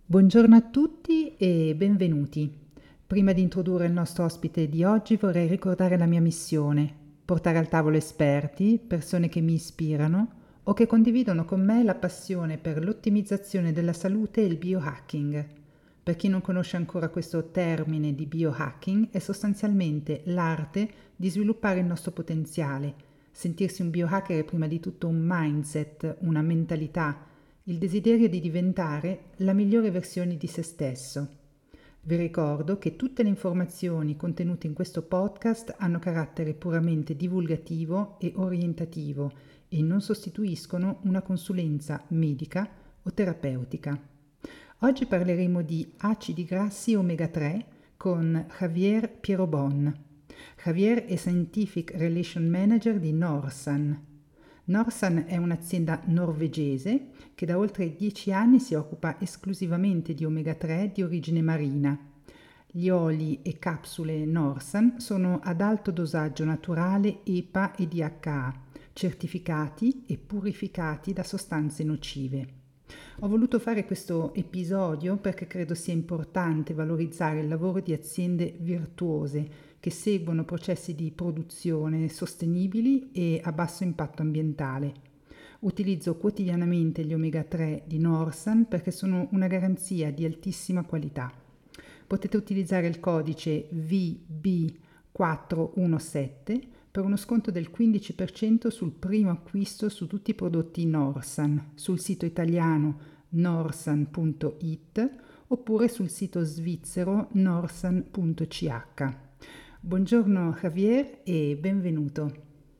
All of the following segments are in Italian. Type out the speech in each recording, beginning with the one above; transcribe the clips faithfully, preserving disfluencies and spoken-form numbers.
Buongiorno a tutti e benvenuti. Prima di introdurre il nostro ospite di oggi vorrei ricordare la mia missione: portare al tavolo esperti, persone che mi ispirano o che condividono con me la passione per l'ottimizzazione della salute e il biohacking. Per chi non conosce ancora questo termine di biohacking, è sostanzialmente l'arte di sviluppare il nostro potenziale. Sentirsi un biohacker è prima di tutto un mindset, una mentalità, il desiderio di diventare la migliore versione di se stesso. Vi ricordo che tutte le informazioni contenute in questo podcast hanno carattere puramente divulgativo e orientativo e non sostituiscono una consulenza medica o terapeutica. Oggi parleremo di acidi grassi omega tre con Javier Pierobon. Javier è Scientific Relation Manager di Norsan. Norsan è un'azienda norvegese che da oltre dieci anni si occupa esclusivamente di omega tre di origine marina. Gli oli e capsule Norsan sono ad alto dosaggio naturale E P A e D H A, certificati e purificati da sostanze nocive. Ho voluto fare questo episodio perché credo sia importante valorizzare il lavoro di aziende virtuose che seguono processi di produzione sostenibili e a basso impatto ambientale. Utilizzo quotidianamente gli omega tre di Norsan perché sono una garanzia di altissima qualità. Potete utilizzare il codice V B quattrocentodiciassette per uno sconto del quindici per cento sul primo acquisto su tutti i prodotti Norsan, sul sito italiano norsan punto it oppure sul sito svizzero norsan punto c h. Buongiorno Javier e benvenuto.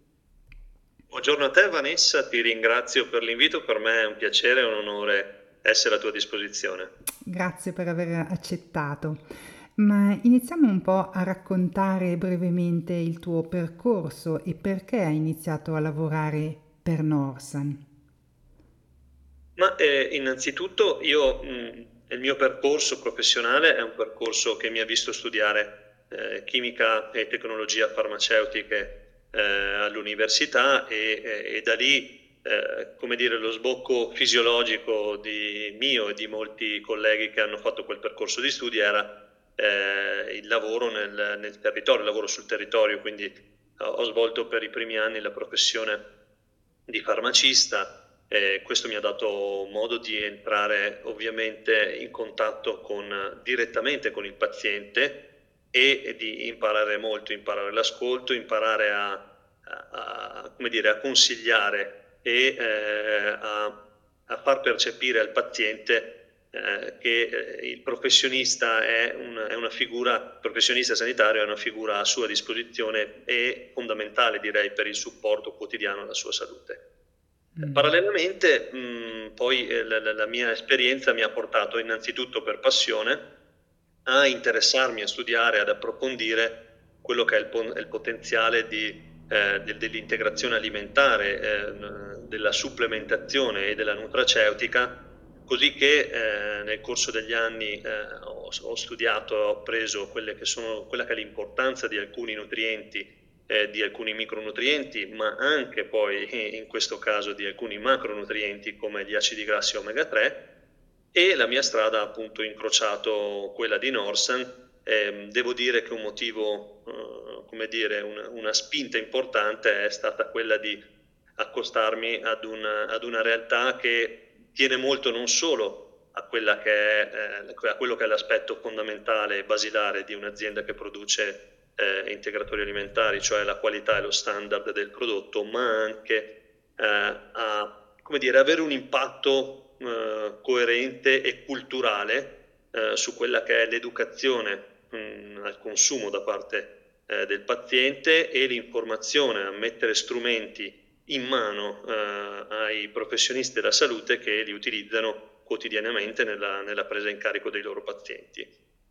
Buongiorno a te Vanessa, ti ringrazio per l'invito, per me è un piacere e un onore essere a tua disposizione. Grazie per aver accettato. Ma iniziamo un po' a raccontare brevemente il tuo percorso e perché hai iniziato a lavorare per Norsan. Ma eh, innanzitutto io, mh, il mio percorso professionale è un percorso che mi ha visto studiare eh, chimica e tecnologia farmaceutiche eh, all'università e, e- e da lì, eh, come dire, lo sbocco fisiologico di mio e di molti colleghi che hanno fatto quel percorso di studi era eh, il lavoro nel, nel territorio, il lavoro sul territorio, quindi eh, ho svolto per i primi anni la professione di farmacista. Eh, questo mi ha dato modo di entrare ovviamente in contatto con, direttamente con il paziente e, e di imparare molto, imparare l'ascolto, imparare a, a- a, come dire, a consigliare e eh, a, a far percepire al paziente eh, che eh, il professionista è, un- è una figura, il professionista sanitario è una figura a sua disposizione e fondamentale, direi, per il supporto quotidiano alla sua salute. Mm. Parallelamente, mh, poi eh, la, la- la mia esperienza mi ha portato innanzitutto per passione a interessarmi, a studiare, ad approfondire quello che è il, pon- il potenziale di, eh, del- dell'integrazione alimentare, eh, n- della supplementazione e della nutraceutica, così che eh, nel corso degli anni eh, ho, ho studiato, ho preso quelle che sono, quella che è l'importanza di alcuni nutrienti, eh, di alcuni micronutrienti, ma anche poi eh, in questo caso di alcuni macronutrienti come gli acidi grassi omega tre, e la mia strada ha appunto incrociato quella di Norsan. Eh, devo dire che un motivo, eh, come dire, una, una spinta importante è stata quella di accostarmi ad una, ad una realtà che tiene molto non solo a, quella che è, eh, a quello che è l'aspetto fondamentale e basilare di un'azienda che produce eh, integratori alimentari, cioè la qualità e lo standard del prodotto, ma anche eh, a, come dire, avere un impatto eh, coerente e culturale eh, su quella che è l'educazione mh, al consumo da parte eh, del paziente e l'informazione, a mettere strumenti in mano eh, ai professionisti della salute che li utilizzano quotidianamente nella, nella presa in carico dei loro pazienti.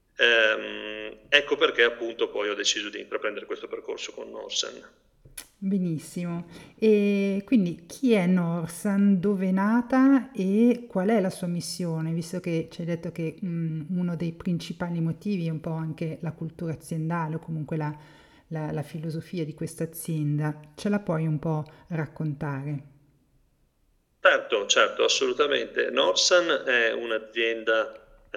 Ehm, ecco perché appunto poi ho deciso di intraprendere questo percorso con Norsen. Benissimo. E quindi chi è Norsan, dove è nata e qual è la sua missione? Visto che ci hai detto che mm, uno dei principali motivi è un po' anche la cultura aziendale o comunque la, la- la filosofia di questa azienda, ce la puoi un po' raccontare? Certo, certo, assolutamente. Norsan è un'azienda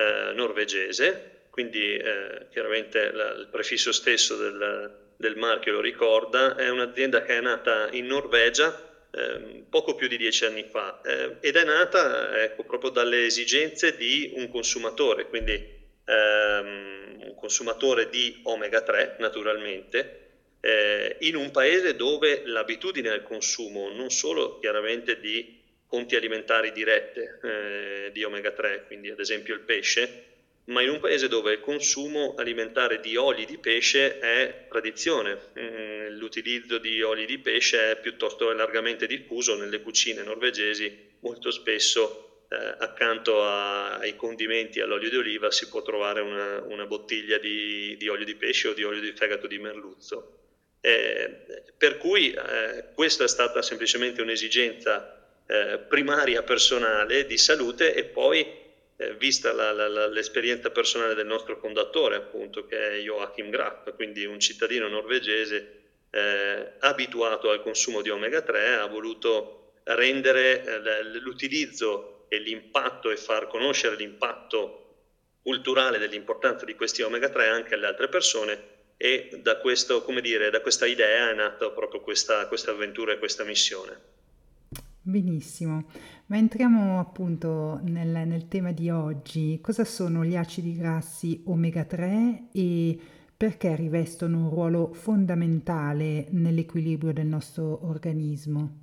eh, norvegese, quindi eh, chiaramente la, il prefisso stesso del, del marchio lo ricorda. È un'azienda che è nata in Norvegia eh, poco più di dieci anni fa eh, ed è nata ecco, proprio dalle esigenze di un consumatore, quindi ehm, un consumatore di omega tre naturalmente, eh, in un paese dove l'abitudine al consumo non solo chiaramente di fonti alimentari dirette eh, di omega tre, quindi ad esempio il pesce, ma in un paese dove il consumo alimentare di oli di pesce è tradizione. Mm, l'utilizzo di oli di pesce è piuttosto largamente diffuso nelle cucine norvegesi, molto spesso eh, accanto a, ai condimenti all'olio di oliva si può trovare una, una bottiglia di, di olio di pesce o di olio di fegato di merluzzo. Eh, per cui eh, questa è stata semplicemente un'esigenza eh, primaria personale di salute e poi eh, vista la, la, la, l'esperienza personale del nostro fondatore appunto che è Joachim Graff, quindi un cittadino norvegese eh, abituato al consumo di omega tre, ha voluto rendere eh, l'utilizzo e l'impatto e far conoscere l'impatto culturale dell'importanza di questi omega tre anche alle altre persone. E da, questo, come dire, da questa idea è nata proprio questa, questa avventura e questa missione. Benissimo, ma entriamo appunto nel, nel tema di oggi. Cosa sono gli acidi grassi omega tre e perché rivestono un ruolo fondamentale nell'equilibrio del nostro organismo?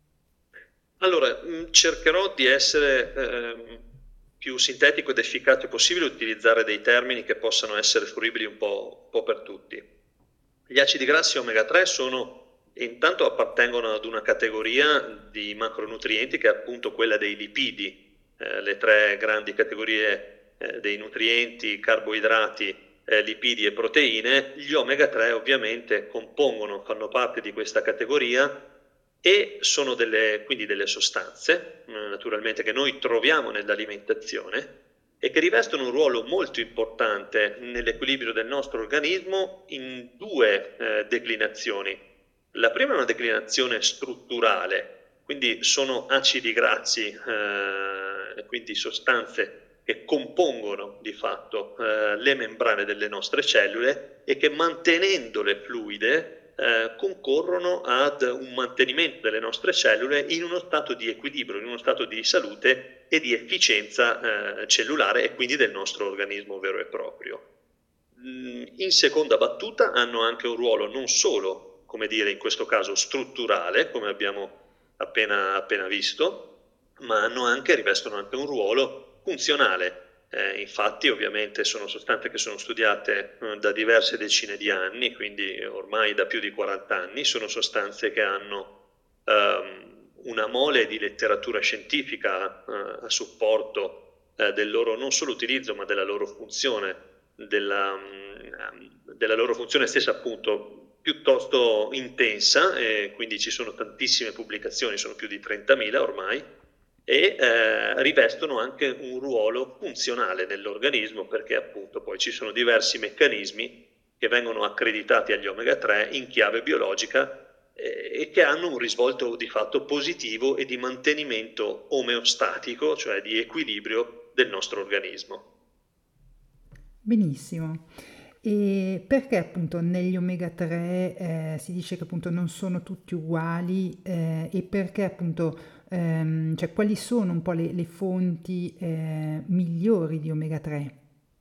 Allora, mh, cercherò di essere ehm, più sintetico ed efficace possibile, utilizzare dei termini che possano essere fruibili un po', un po' per tutti. Gli acidi grassi omega tre sono, intanto appartengono ad una categoria di macronutrienti che è appunto quella dei lipidi, eh, le tre grandi categorie eh, dei nutrienti, carboidrati, eh, lipidi e proteine. Gli omega tre ovviamente compongono, fanno parte di questa categoria e sono delle, quindi delle sostanze, eh, naturalmente, che noi troviamo nell'alimentazione e che rivestono un ruolo molto importante nell'equilibrio del nostro organismo in due eh, declinazioni. La prima è una declinazione strutturale, quindi sono acidi grassi, eh, quindi sostanze che compongono di fatto eh, le membrane delle nostre cellule e che mantenendole fluide eh, concorrono ad un mantenimento delle nostre cellule in uno stato di equilibrio, in uno stato di salute e di efficienza eh, cellulare e quindi del nostro organismo vero e proprio. In seconda battuta hanno anche un ruolo non solo, come dire, in questo caso strutturale, come abbiamo appena, appena visto, ma hanno anche, rivestono anche un ruolo funzionale. Eh, infatti ovviamente sono sostanze che sono studiate eh, da diverse decine di anni, quindi ormai da più di quaranta anni, sono sostanze che hanno ehm, una mole di letteratura scientifica eh, a supporto eh, del loro non solo utilizzo ma della loro funzione, della, della loro funzione stessa appunto piuttosto intensa, e quindi ci sono tantissime pubblicazioni, sono più di trentamila ormai, e eh, rivestono anche un ruolo funzionale nell'organismo perché appunto poi ci sono diversi meccanismi che vengono accreditati agli omega tre in chiave biologica eh, e che hanno un risvolto di fatto positivo e di mantenimento omeostatico, cioè di equilibrio del nostro organismo. Benissimo. E perché appunto negli omega tre eh, si dice che appunto non sono tutti uguali eh, e perché appunto, ehm, cioè quali sono un po' le, le fonti eh, migliori di omega tre?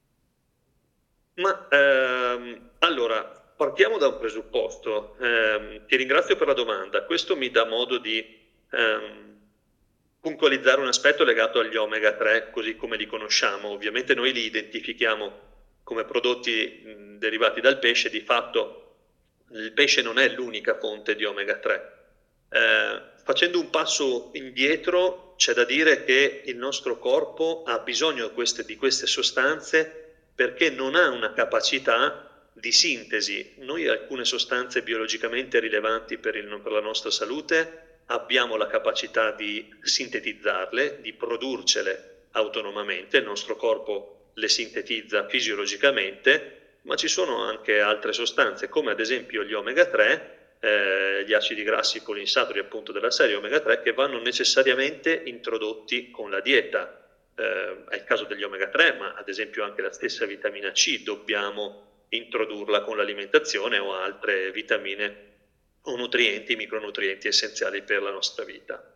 Ma ehm, allora, partiamo da un presupposto. Ehm, ti ringrazio per la domanda. Questo mi dà modo di ehm, puntualizzare un aspetto legato agli omega tre, così come li conosciamo. Ovviamente noi li identifichiamo come prodotti mh, derivati dal pesce, di fatto il pesce non è l'unica fonte di omega tre. Eh, facendo un passo indietro, c'è da dire che il nostro corpo ha bisogno di queste, di queste sostanze perché non ha una capacità di sintesi. Noi alcune sostanze biologicamente rilevanti per, il, per la nostra salute abbiamo la capacità di sintetizzarle, di produrcele autonomamente, il nostro corpo le sintetizza fisiologicamente, ma ci sono anche altre sostanze come ad esempio gli omega tre, eh, gli acidi grassi polinsaturi appunto della serie omega tre che vanno necessariamente introdotti con la dieta. eh, è il caso degli omega tre, ma ad esempio anche la stessa vitamina C dobbiamo introdurla con l'alimentazione, o altre vitamine o nutrienti, micronutrienti essenziali per la nostra vita.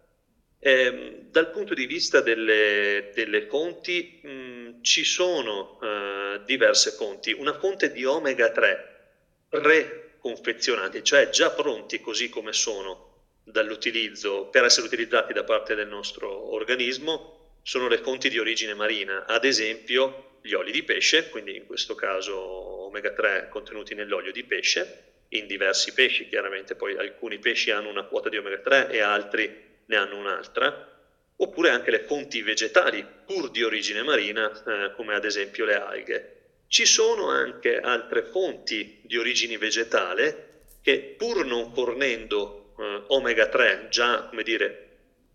Eh, dal punto di vista delle, delle fonti, mh, ci sono eh, diverse fonti. Una fonte di omega tre preconfezionati, cioè già pronti così come sono dall'utilizzo, per essere utilizzati da parte del nostro organismo, sono le fonti di origine marina, ad esempio gli oli di pesce, quindi in questo caso omega tre contenuti nell'olio di pesce, in diversi pesci chiaramente, poi alcuni pesci hanno una quota di omega tre e altri ne hanno un'altra, oppure anche le fonti vegetali pur di origine marina, eh, come ad esempio le alghe. Ci sono anche altre fonti di origine vegetale che, pur non fornendo eh, omega tre già, come dire,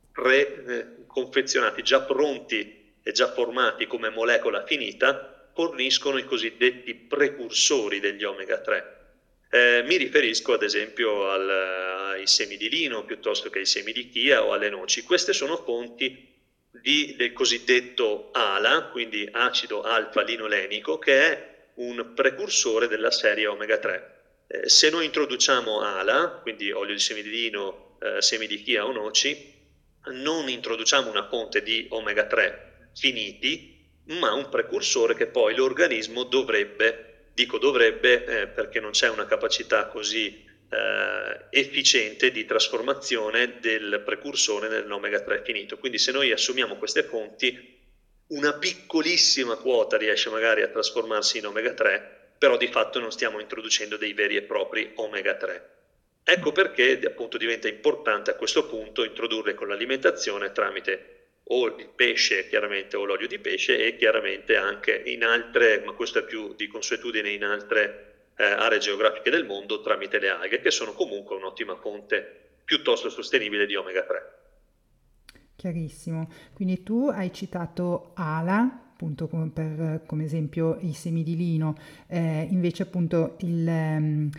pre-confezionati, già pronti e già formati come molecola finita, forniscono i cosiddetti precursori degli omega tre. Eh, mi riferisco ad esempio al, ai semi di lino piuttosto che ai semi di chia o alle noci. Queste sono fonti di, del cosiddetto A L A, quindi acido alfa-linolenico, che è un precursore della serie omega tre. Eh, se noi introduciamo A L A, quindi olio di semi di lino, eh, semi di chia o noci, non introduciamo una fonte di omega tre finiti, ma un precursore che poi l'organismo dovrebbe Dico dovrebbe eh, perché non c'è una capacità così eh, efficiente di trasformazione del precursore nell'omega tre finito. Quindi se noi assumiamo queste fonti, una piccolissima quota riesce magari a trasformarsi in omega tre, però di fatto non stiamo introducendo dei veri e propri omega tre. Ecco perché appunto diventa importante a questo punto introdurre con l'alimentazione tramite o il pesce chiaramente o l'olio di pesce, e chiaramente anche in altre, ma questo è più di consuetudine, in altre eh, aree geografiche del mondo, tramite le alghe, che sono comunque un'ottima fonte piuttosto sostenibile di omega tre. Chiarissimo. Quindi tu hai citato A L A, appunto come, per, come esempio i semi di lino, eh, invece appunto il, ehm,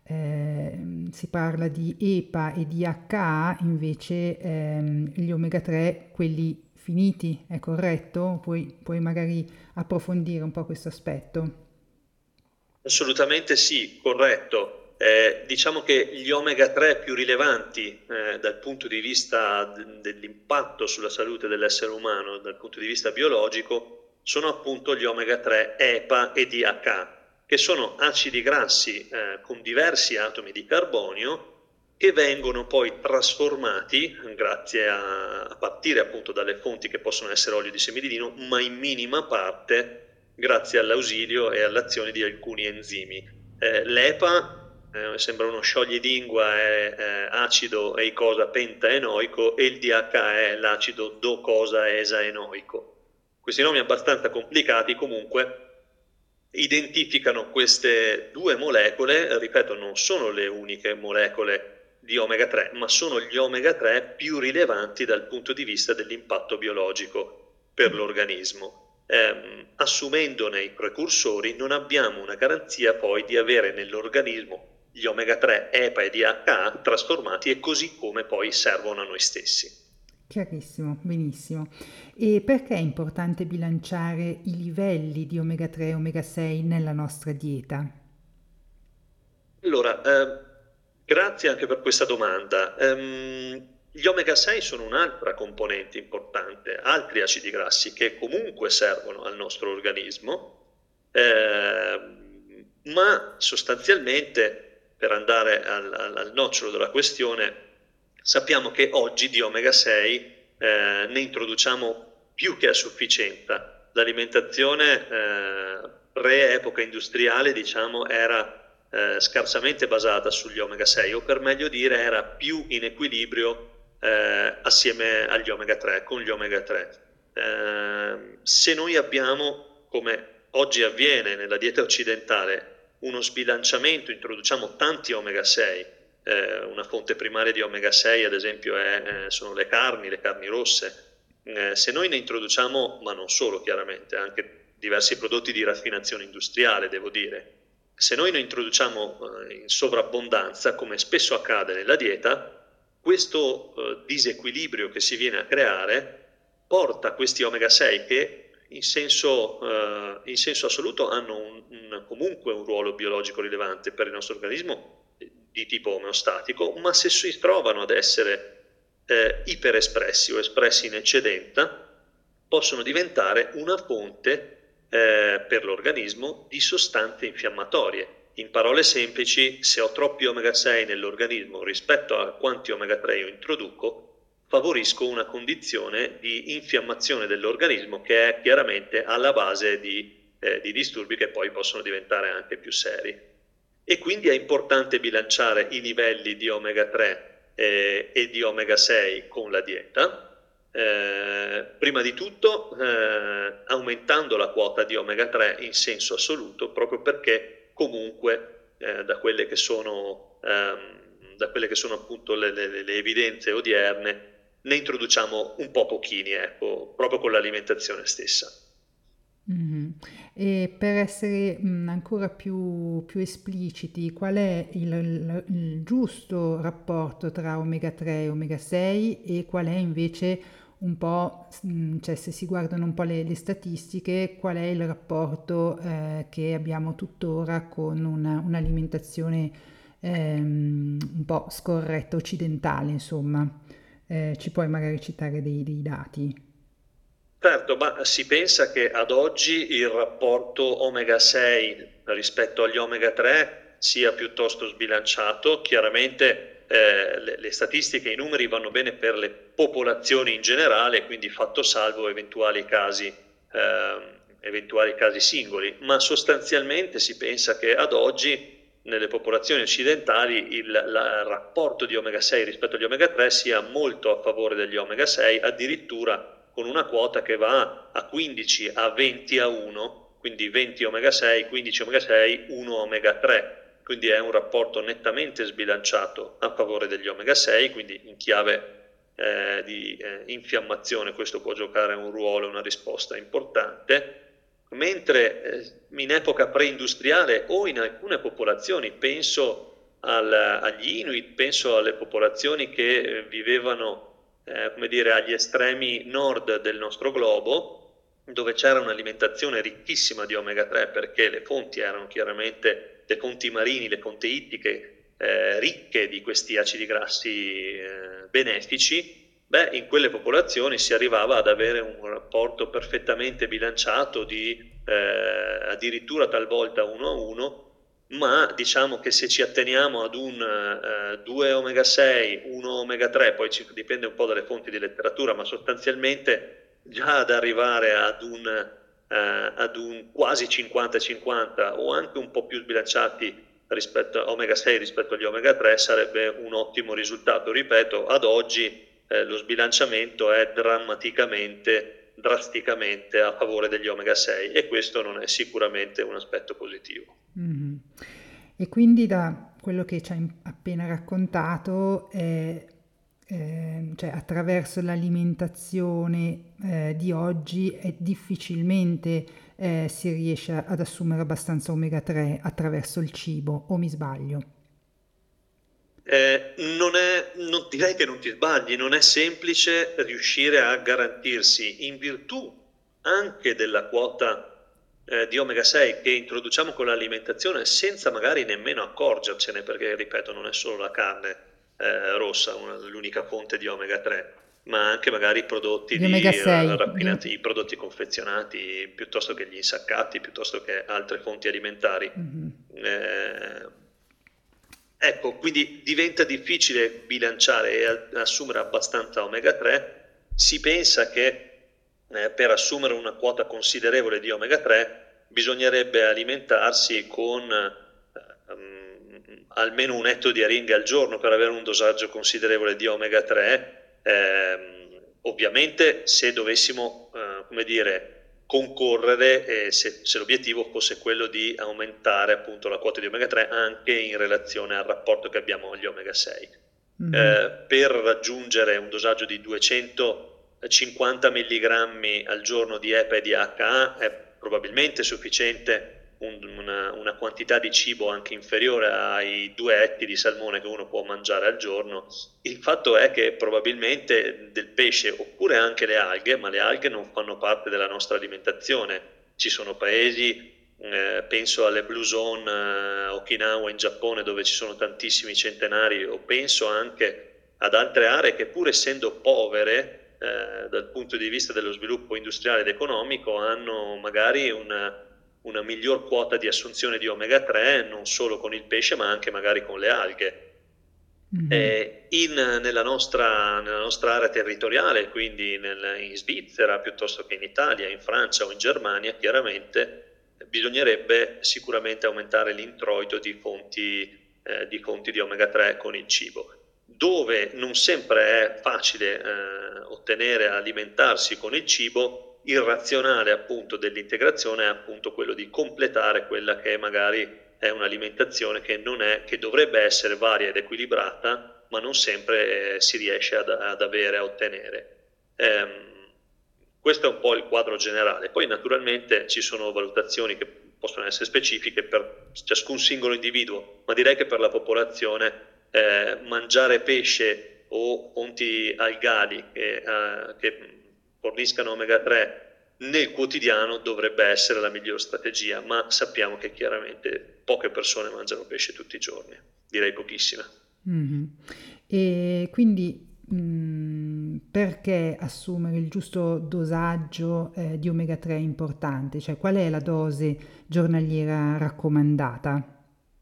ehm, si parla di E P A e di H A, invece ehm, gli omega tre, quelli finiti, è corretto? Puoi, puoi magari approfondire un po' questo aspetto? Assolutamente sì, corretto. Eh, diciamo che gli omega tre più rilevanti eh, dal punto di vista d- dell'impatto sulla salute dell'essere umano, dal punto di vista biologico, sono appunto gli omega tre E P A e D H A, che sono acidi grassi eh, con diversi atomi di carbonio, che vengono poi trasformati, grazie a, a partire appunto dalle fonti che possono essere olio di semi di lino, ma in minima parte grazie all'ausilio e all'azione di alcuni enzimi. Eh, L'E P A eh, sembra uno scioglilingua, è eh, acido eicosa pentaenoico, e il D H A è l'acido docosa esaenoico. Questi nomi abbastanza complicati comunque identificano queste due molecole, ripeto, non sono le uniche molecole di omega tre, ma sono gli omega tre più rilevanti dal punto di vista dell'impatto biologico per l'organismo. Eh, assumendone i precursori non abbiamo una garanzia poi di avere nell'organismo gli omega tre E P A e D H A trasformati e così come poi servono a noi stessi. Chiarissimo, benissimo. E perché è importante bilanciare i livelli di omega tre e omega sei nella nostra dieta? Allora, eh, grazie anche per questa domanda. Ehm, gli omega sei sono un'altra componente importante, altri acidi grassi che comunque servono al nostro organismo, ehm, ma sostanzialmente, per andare al, al, al nocciolo della questione, sappiamo che oggi di omega sei eh, ne introduciamo più che a sufficienza. L'alimentazione eh, pre-epoca industriale, diciamo, era eh, scarsamente basata sugli omega sei, o per meglio dire era più in equilibrio eh, assieme agli omega tre, con gli omega tre. Eh, se noi abbiamo, come oggi avviene nella dieta occidentale, uno sbilanciamento, introduciamo tanti omega sei, eh, una fonte primaria di omega sei ad esempio è, eh, sono le carni, le carni rosse. Eh, se noi ne introduciamo, ma non solo chiaramente, anche diversi prodotti di raffinazione industriale, devo dire, se noi ne introduciamo eh, in sovrabbondanza, come spesso accade nella dieta, questo eh, disequilibrio che si viene a creare porta questi omega sei che in senso, eh, in senso assoluto hanno un, un, comunque un ruolo biologico rilevante per il nostro organismo di tipo omeostatico, ma se si trovano ad essere eh, iperespressi o espressi in eccedenza, possono diventare una fonte eh, per l'organismo di sostanze infiammatorie. In parole semplici, se ho troppi omega sei nell'organismo rispetto a quanti omega tre io introduco, favorisco una condizione di infiammazione dell'organismo che è chiaramente alla base di, eh, di disturbi che poi possono diventare anche più seri. E quindi è importante bilanciare i livelli di omega tre eh, e di omega sei con la dieta. Eh, prima di tutto eh, aumentando la quota di omega tre in senso assoluto, proprio perché comunque eh, da quelle che sono, ehm, da quelle che sono appunto le, le, le evidenze odierne, ne introduciamo un po' pochini, ecco, proprio con l'alimentazione stessa. Mhm. E per essere mm, ancora più, più espliciti, qual è il, il- il giusto rapporto tra omega tre e omega sei e qual è invece un po', mm, cioè se si guardano un po' le, le statistiche, qual è il rapporto eh, che abbiamo tuttora con una- un'alimentazione ehm, un po' scorretta occidentale, insomma. Eh, ci puoi magari citare dei, dei dati? Certo, ma si pensa che ad oggi il rapporto omega sei rispetto agli omega tre sia piuttosto sbilanciato. Chiaramente eh, le, le statistiche, i numeri vanno bene per le popolazioni in generale, quindi fatto salvo eventuali casi, ehm, eventuali casi singoli, ma sostanzialmente si pensa che ad oggi nelle popolazioni occidentali il, la- il rapporto di omega sei rispetto agli omega tre sia molto a favore degli omega sei, addirittura con una quota che va a quindici a venti a uno, quindi venti omega sei, quindici omega sei, uno omega tre, quindi è un rapporto nettamente sbilanciato a favore degli omega sei, quindi in chiave eh, di eh, infiammazione questo può giocare un ruolo, una risposta importante, mentre eh, in epoca preindustriale o in alcune popolazioni, penso al, agli Inuit, penso alle popolazioni che eh, vivevano eh, come dire, agli estremi nord del nostro globo, dove c'era un'alimentazione ricchissima di omega tre, perché le fonti erano chiaramente le fonti marini, le fonti ittiche, eh, ricche di questi acidi grassi eh, benefici. Beh, in quelle popolazioni si arrivava ad avere un rapporto perfettamente bilanciato di eh, addirittura talvolta uno a uno, ma diciamo che se ci atteniamo ad un eh, due omega sei, uno omega tre, poi ci, dipende un po' dalle fonti di letteratura, ma sostanzialmente già ad arrivare ad un, eh, ad un quasi cinquanta cinquanta o anche un po' più sbilanciati rispetto a omega sei rispetto agli omega tre sarebbe un ottimo risultato. Ripeto, ad oggi eh, lo sbilanciamento è drammaticamente, drasticamente a favore degli omega sei e questo non è sicuramente un aspetto positivo. Mhm. E quindi da quello che ci hai appena raccontato, è, ehm, cioè attraverso l'alimentazione eh, di oggi è difficilmente eh, si riesce ad assumere abbastanza omega tre attraverso il cibo, o mi sbaglio? Eh, non è, non, direi che non ti sbagli, non è semplice riuscire a garantirsi, in virtù anche della quota eh, di omega sei che introduciamo con l'alimentazione, senza magari nemmeno accorgercene, perché ripeto, non è solo la carne eh, rossa una- l'unica fonte di omega tre, ma anche magari i prodotti Di omega di eh, sei, di om- raffinati, i prodotti confezionati, piuttosto che gli insaccati, piuttosto che altre fonti alimentari. Mhm. Eh, Ecco, quindi diventa difficile bilanciare e a- assumere abbastanza omega tre. Si pensa che eh, per assumere una quota considerevole di omega tre bisognerebbe alimentarsi con eh, um, almeno un etto di aringhe al giorno per avere un dosaggio considerevole di omega tre. Ehm, ovviamente se dovessimo, eh, come dire, concorrere eh, se, se l'obiettivo fosse quello di aumentare appunto la quota di omega tre anche in relazione al rapporto che abbiamo agli omega sei. Mhm. Eh, per raggiungere un dosaggio di duecentocinquanta milligrammi al giorno di E P A e di H A è probabilmente sufficiente un, un una, una quantità di cibo anche inferiore ai due etti di salmone che uno può mangiare al giorno. Il fatto è che probabilmente del pesce, oppure anche le alghe, ma le alghe non fanno parte della nostra alimentazione. Ci sono paesi, eh, penso alle Blue Zone, eh, Okinawa in Giappone, dove ci sono tantissimi centenari, o penso anche ad altre aree che, pur essendo povere eh, dal punto di vista dello sviluppo industriale ed economico, hanno magari una, una miglior quota di assunzione di omega tre, non solo con il pesce ma anche magari con le alghe. Mhm. Eh, in, nella, nostra, nella nostra area territoriale, quindi nel, in Svizzera piuttosto che in Italia, in Francia o in Germania, chiaramente bisognerebbe sicuramente aumentare l'introito di fonti, eh, di fonti di omega tre con il cibo. Dove non sempre è facile eh, ottenere, alimentarsi con il cibo, il razionale appunto dell'integrazione è appunto quello di completare quella che magari è un'alimentazione che non è, che dovrebbe essere varia ed equilibrata, ma non sempre eh, si riesce ad, ad avere, a ottenere. Ehm, questo è un po' il quadro generale. Poi naturalmente ci sono valutazioni che possono essere specifiche per ciascun singolo individuo, ma direi che per la popolazione eh, mangiare pesce o fonti algali che, eh, che forniscano omega tre nel quotidiano dovrebbe essere la miglior strategia, ma sappiamo che chiaramente poche persone mangiano pesce tutti i giorni, direi pochissime. Mhm. E quindi mm, perché assumere il giusto dosaggio eh, di omega tre è importante? Cioè, qual è la dose giornaliera raccomandata?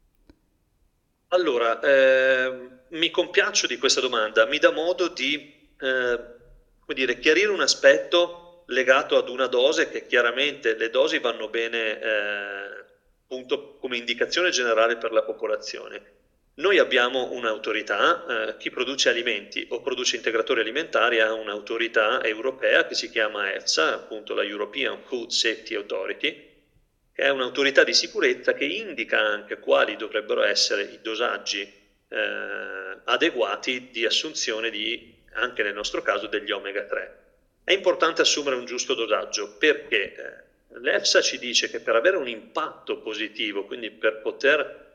Allora, ehm, mi compiaccio di questa domanda, mi dà modo di, eh, come dire, chiarire un aspetto legato ad una dose, che chiaramente le dosi vanno bene, eh, appunto come indicazione generale per la popolazione. Noi abbiamo un'autorità, eh, chi produce alimenti o produce integratori alimentari ha un'autorità europea che si chiama EFSA, appunto la European Food Safety Authority, che è un'autorità di sicurezza che indica anche quali dovrebbero essere i dosaggi eh, adeguati di assunzione di, anche nel nostro caso, degli omega tre. È importante assumere un giusto dosaggio perché eh, l'EFSA ci dice che per avere un impatto positivo, quindi per poter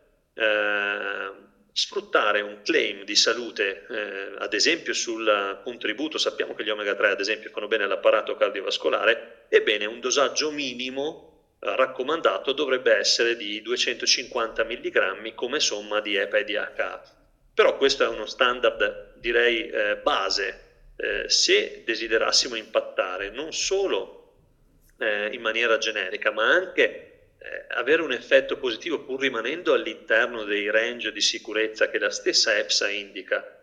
eh, sfruttare un claim di salute, eh, ad esempio sul contributo, sappiamo che gli omega tre ad esempio fanno bene all'apparato cardiovascolare, ebbene un dosaggio minimo raccomandato dovrebbe essere di duecentocinquanta milligrammi come somma di E P A e di H A. Però questo è uno standard, direi, eh, base. Eh, se desiderassimo impattare non solo eh, in maniera generica, ma anche eh, avere un effetto positivo pur rimanendo all'interno dei range di sicurezza che la stessa EFSA indica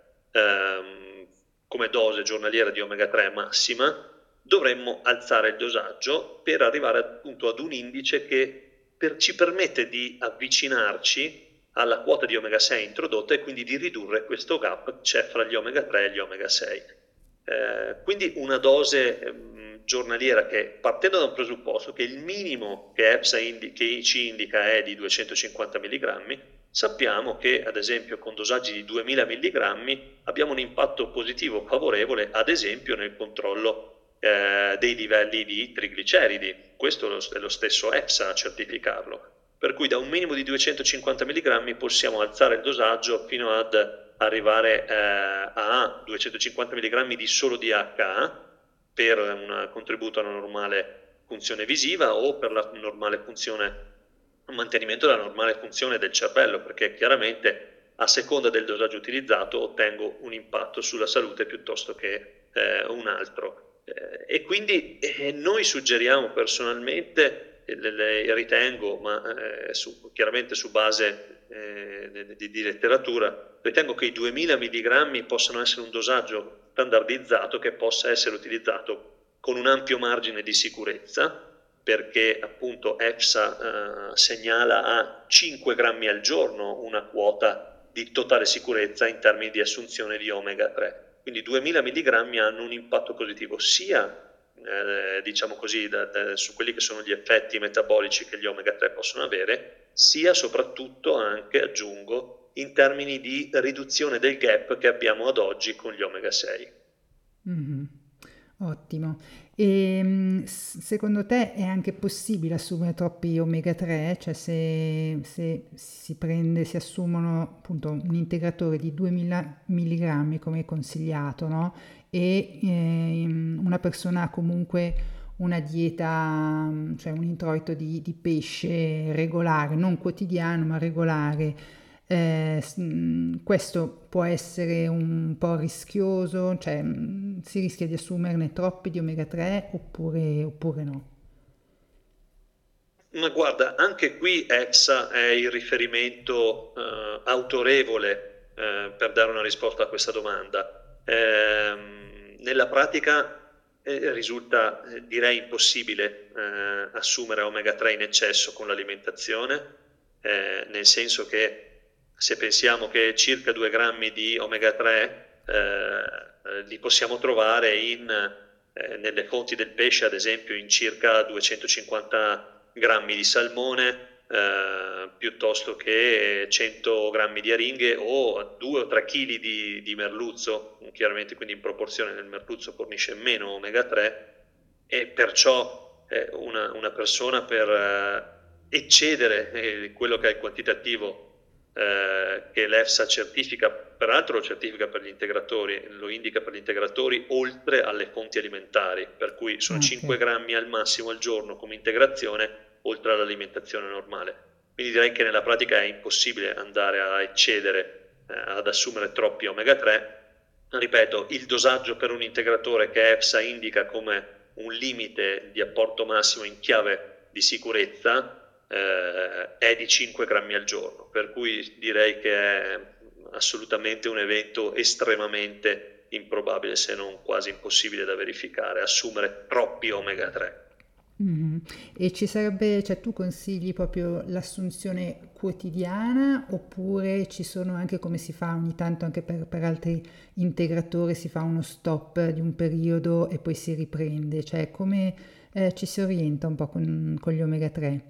ehm, come dose giornaliera di omega tre massima, dovremmo alzare il dosaggio per arrivare appunto ad un indice che per, ci permette di avvicinarci alla quota di omega sei introdotta e quindi di ridurre questo gap che c'è fra gli omega tre e gli omega sei. Eh, quindi una dose ehm, giornaliera che, partendo da un presupposto che il minimo che EFSA indi- che ci indica è di duecentocinquanta milligrammi, sappiamo che ad esempio con dosaggi di duemila milligrammi abbiamo un impatto positivo favorevole, ad esempio nel controllo eh, dei livelli di trigliceridi. Questo è lo stesso EFSA a certificarlo. Per cui da un minimo di duecentocinquanta milligrammi possiamo alzare il dosaggio fino ad arrivare eh, a duecentocinquanta milligrammi di solo di H A per un contributo alla normale funzione visiva o per la normale funzione, un mantenimento della normale funzione del cervello, perché chiaramente a seconda del dosaggio utilizzato ottengo un impatto sulla salute piuttosto che eh, un altro. Eh, e quindi eh, noi suggeriamo personalmente, eh, le, le ritengo, ma eh, su, chiaramente su base eh, di, di letteratura, ritengo che i duemila milligrammi possano essere un dosaggio standardizzato che possa essere utilizzato con un ampio margine di sicurezza, perché appunto EFSA eh, segnala a cinque grammi al giorno una quota di totale sicurezza in termini di assunzione di omega tre. Quindi duemila milligrammi hanno un impatto positivo sia eh, diciamo così da, da, su quelli che sono gli effetti metabolici che gli omega tre possono avere, sia soprattutto anche, aggiungo, in termini di riduzione del gap che abbiamo ad oggi con gli omega sei. Mhm. Ottimo. E mm, s- secondo te è anche possibile assumere troppi omega tre? Cioè se, se si prende, si assumono appunto un integratore di duemila milligrammi come è consigliato, no? E ehm, una persona ha comunque una dieta, mm, cioè un introito di, di pesce regolare, non quotidiano ma regolare, eh, s- mh, questo può essere un po' rischioso, cioè mh, si rischia di assumerne troppi di omega tre oppure, oppure no. Ma guarda, anche qui EFSA è il riferimento eh, autorevole eh, per dare una risposta a questa domanda. Ehm, nella pratica eh, risulta, eh, direi, impossibile eh, assumere omega tre in eccesso con l'alimentazione, eh, nel senso che se pensiamo che circa due grammi di omega tre eh, eh, li possiamo trovare in, eh, nelle fonti del pesce, ad esempio in circa duecentocinquanta grammi di salmone, eh, piuttosto che cento grammi di aringhe o due o tre chili di, di merluzzo, chiaramente quindi in proporzione il merluzzo fornisce meno omega tre e perciò eh, una, una persona per eh, eccedere eh, quello che è il quantitativo eh, che l'EFSA certifica, peraltro lo certifica per gli integratori, lo indica per gli integratori oltre alle fonti alimentari, per cui sono Ah, ok. cinque grammi al massimo al giorno come integrazione oltre all'alimentazione normale. Quindi direi che nella pratica è impossibile andare a eccedere, eh, ad assumere troppi omega tre. Ripeto, il dosaggio per un integratore che EFSA indica come un limite di apporto massimo in chiave di sicurezza eh, è di cinque grammi al giorno, per cui direi che è assolutamente un evento estremamente improbabile, se non quasi impossibile da verificare, assumere troppi omega tre. Mhm. E ci sarebbe, cioè tu consigli proprio l'assunzione quotidiana oppure ci sono anche come si fa ogni tanto anche per, per altri integratori, si fa uno stop di un periodo e poi si riprende, cioè come eh, ci si orienta un po' con, con gli omega tre?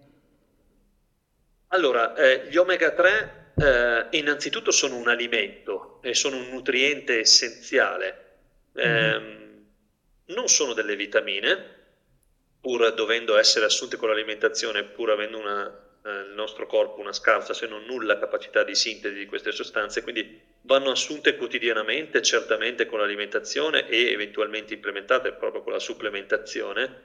Allora, eh, gli omega tre eh, innanzitutto sono un alimento e sono un nutriente essenziale. Mhm. Ehm, non sono delle vitamine, pur dovendo essere assunte con l'alimentazione, pur avendo una, eh, il nostro corpo una scarsa se non nulla capacità di sintesi di queste sostanze, quindi vanno assunte quotidianamente, certamente con l'alimentazione e eventualmente implementate proprio con la supplementazione.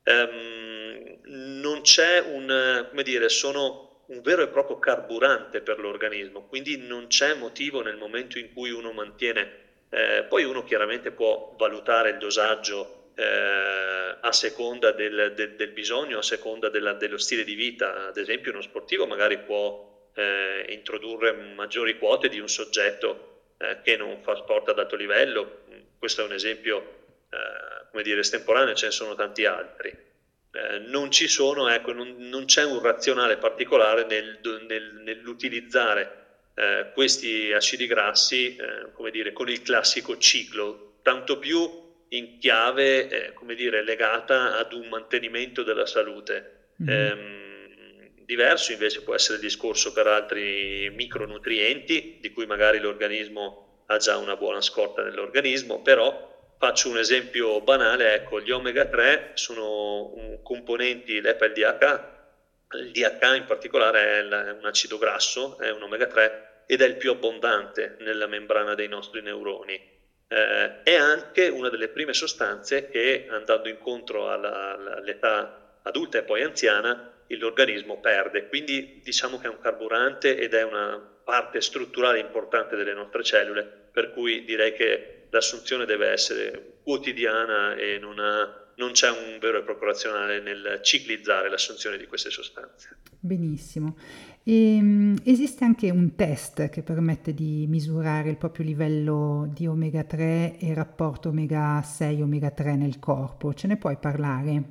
Ehm, non c'è un, come dire, sono un vero e proprio carburante per l'organismo, quindi non c'è motivo nel momento in cui uno mantiene, eh, poi uno chiaramente può valutare il dosaggio eh, a seconda del, del, del bisogno, a seconda della, dello stile di vita. Ad esempio uno sportivo magari può eh, introdurre maggiori quote di un soggetto eh, che non fa sport ad alto livello. Questo è un esempio eh, come dire, estemporanee, ce ne sono tanti altri. Eh, non ci sono, ecco, non, non c'è un razionale particolare nel, nel, nell'utilizzare eh, questi acidi grassi, eh, come dire, con il classico ciclo, tanto più in chiave, eh, come dire, legata ad un mantenimento della salute. Mhm. Ehm, diverso invece può essere il discorso per altri micronutrienti, di cui magari l'organismo ha già una buona scorta nell'organismo, però faccio un esempio banale, ecco, gli omega tre sono un componenti l'E P A e il D H A, il D H A in particolare è un acido grasso, è un omega tre ed è il più abbondante nella membrana dei nostri neuroni. Eh, è anche una delle prime sostanze che, andando incontro alla, all'età adulta e poi anziana, l'organismo perde. Quindi diciamo che è un carburante ed è una parte strutturale importante delle nostre cellule, per cui direi che l'assunzione deve essere quotidiana e non, ha, non c'è un vero e proprio razionale nel ciclizzare l'assunzione di queste sostanze. Benissimo. Ehm, esiste anche un test che permette di misurare il proprio livello di omega tre e il rapporto omega sei omega tre nel corpo. Ce ne puoi parlare?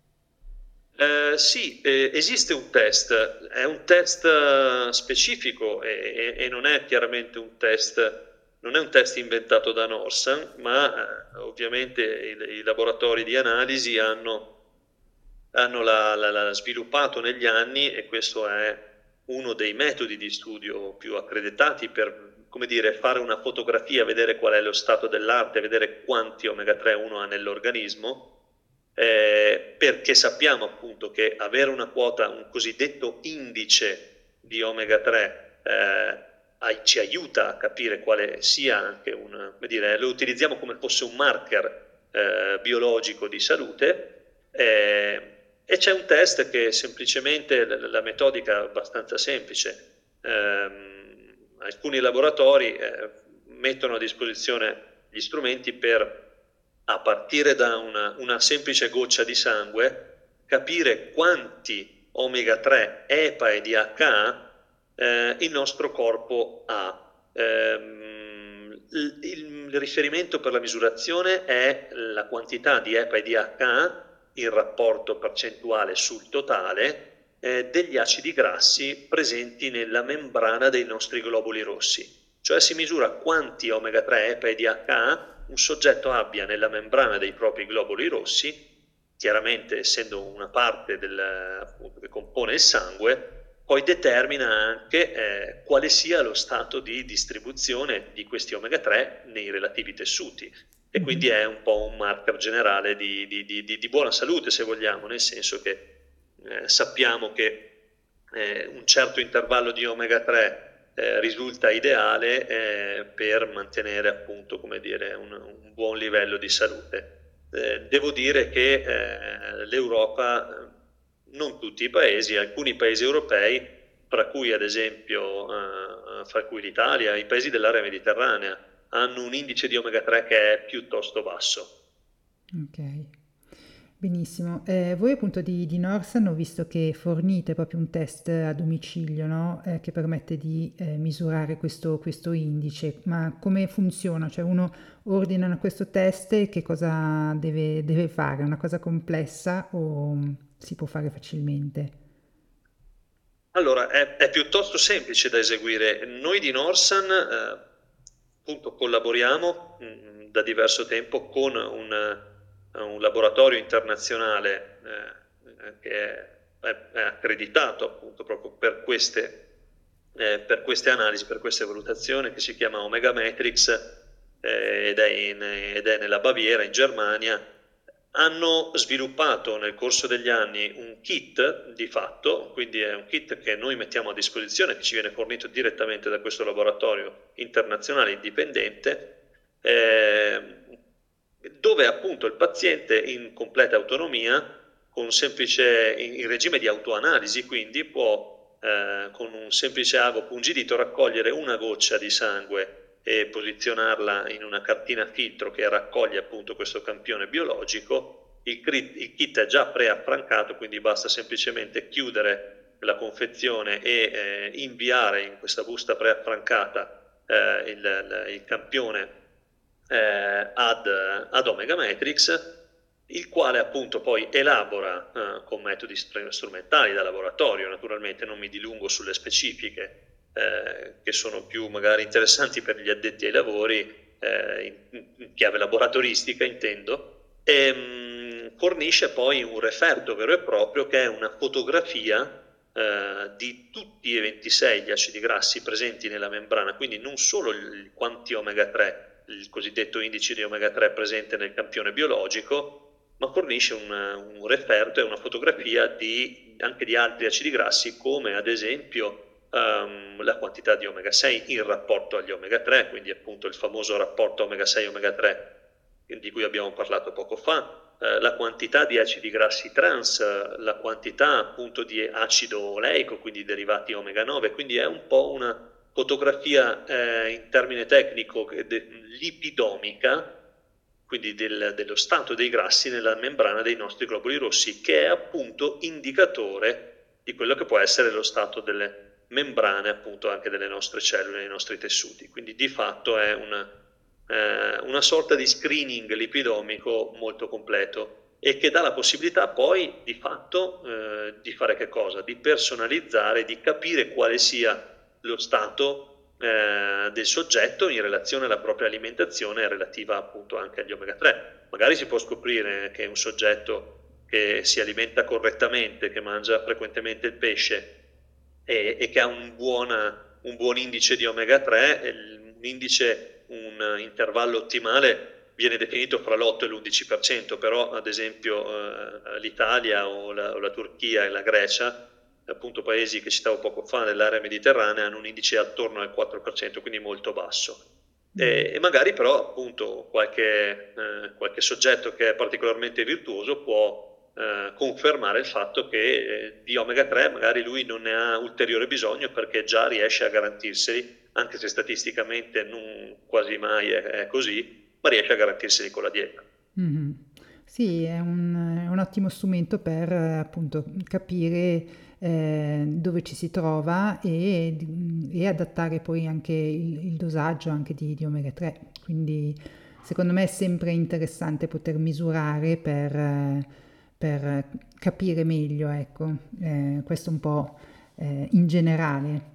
Eh, sì, eh, esiste un test, è un test eh, specifico e, e- e non è chiaramente un test, non è un test inventato da Norsan, ma eh, ovviamente i, i laboratori di analisi hanno, hanno la- la- la- sviluppato negli anni, e questo è uno dei metodi di studio più accreditati per, come dire, fare una fotografia, vedere qual è lo stato dell'arte, vedere quanti omega tre uno ha nell'organismo. eh, perché sappiamo appunto che avere una quota, un cosiddetto indice di omega tre, eh, ci aiuta a capire quale sia anche un, come dire, lo utilizziamo come fosse un marker eh, biologico di salute, eh, e c'è un test che semplicemente, la metodica è abbastanza semplice, eh, alcuni laboratori eh, mettono a disposizione gli strumenti per, a partire da una, una semplice goccia di sangue, capire quanti omega tre, EPA e D H A eh, il nostro corpo ha. Ehm, il, il riferimento per la misurazione è la quantità di EPA e D H A in rapporto percentuale sul totale eh, degli acidi grassi presenti nella membrana dei nostri globuli rossi. Cioè si misura quanti omega tre, EPA e D H A un soggetto abbia nella membrana dei propri globuli rossi, chiaramente essendo una parte del, appunto, che compone il sangue, poi determina anche eh, quale sia lo stato di distribuzione di questi omega tre nei relativi tessuti, e quindi è un po' un marker generale di, di, di, di buona salute, se vogliamo, nel senso che eh, sappiamo che eh, un certo intervallo di omega tre eh, risulta ideale eh, per mantenere appunto, come dire, un, un buon livello di salute. Eh, devo dire che eh, l'Europa, non tutti i paesi, alcuni paesi europei, fra cui ad esempio, eh, fra cui l'Italia, i paesi dell'area mediterranea, hanno un indice di omega tre che è piuttosto basso. Ok, benissimo. Eh, voi appunto di, di Norsan ho visto che fornite proprio un test a domicilio, no? Eh, che permette di eh, misurare questo, questo indice, ma come funziona? Cioè uno ordina questo test e che cosa deve, deve fare? È una cosa complessa o si può fare facilmente? Allora, è, è piuttosto semplice da eseguire. Noi di Norsan eh, appunto collaboriamo mh, da diverso tempo con un, eh, un laboratorio internazionale eh, che è, è, è accreditato appunto proprio per queste, eh, per queste analisi, per queste valutazioni, che si chiama Omega Matrix eh, ed, è in, ed è nella Baviera, in Germania. Hanno sviluppato nel corso degli anni un kit di fatto, quindi è un kit che noi mettiamo a disposizione, che ci viene fornito direttamente da questo laboratorio internazionale indipendente, eh, dove appunto il paziente in completa autonomia, con semplice, in, in regime di autoanalisi, quindi può eh, con un semplice ago pungidito raccogliere una goccia di sangue e posizionarla in una cartina filtro che raccoglie appunto questo campione biologico. Il, il kit è già preaffrancato, quindi basta semplicemente chiudere la confezione e eh, inviare in questa busta preaffrancata eh, il, il, il campione eh, ad, ad Omega Matrix, il quale appunto poi elabora eh, con metodi strumentali da laboratorio. Naturalmente non mi dilungo sulle specifiche eh, che sono più magari interessanti per gli addetti ai lavori, eh, in, in chiave laboratoristica intendo, e mh, fornisce poi un referto vero e proprio che è una fotografia eh, di tutti e ventisei gli acidi grassi presenti nella membrana, quindi non solo il, quanti omega tre, il cosiddetto indice di omega tre presente nel campione biologico, ma fornisce un, un referto e una fotografia di, anche di altri acidi grassi, come ad esempio Um, la quantità di omega sei in rapporto agli omega tre, quindi appunto il famoso rapporto omega sei omega tre di cui abbiamo parlato poco fa, eh, la quantità di acidi grassi trans, la quantità appunto di acido oleico, quindi derivati omega nove, quindi è un po' una fotografia eh, in termine tecnico lipidomica, quindi del, dello stato dei grassi nella membrana dei nostri globuli rossi, che è appunto indicatore di quello che può essere lo stato delle membrane appunto anche delle nostre cellule, dei nostri tessuti. Quindi di fatto è una, eh, una sorta di screening lipidomico molto completo e che dà la possibilità poi di fatto eh, di fare che cosa? Di personalizzare, di capire quale sia lo stato eh, del soggetto in relazione alla propria alimentazione relativa appunto anche agli omega tre. Magari si può scoprire che un soggetto che si alimenta correttamente, che mangia frequentemente il pesce e, e che ha un buon, un buon indice di omega tre, un indice, un intervallo ottimale viene definito fra l'otto e l'undici per cento, però ad esempio eh, l'Italia o la, o la Turchia e la Grecia, appunto paesi che citavo poco fa nell'area mediterranea, hanno un indice attorno al quattro per cento, quindi molto basso. E, e magari però appunto qualche, eh, qualche soggetto che è particolarmente virtuoso può eh, confermare il fatto che eh, di omega tre magari lui non ne ha ulteriore bisogno perché già riesce a garantirseli, anche se statisticamente non quasi mai è, è così, ma riesce a garantirseli con la dieta. Mhm. Sì, è un, è un ottimo strumento per eh, appunto capire eh, dove ci si trova e, e adattare poi anche il, il dosaggio anche di, di omega tre. Quindi secondo me è sempre interessante poter misurare per, eh, per capire meglio, ecco. Eh, questo un po' eh, in generale.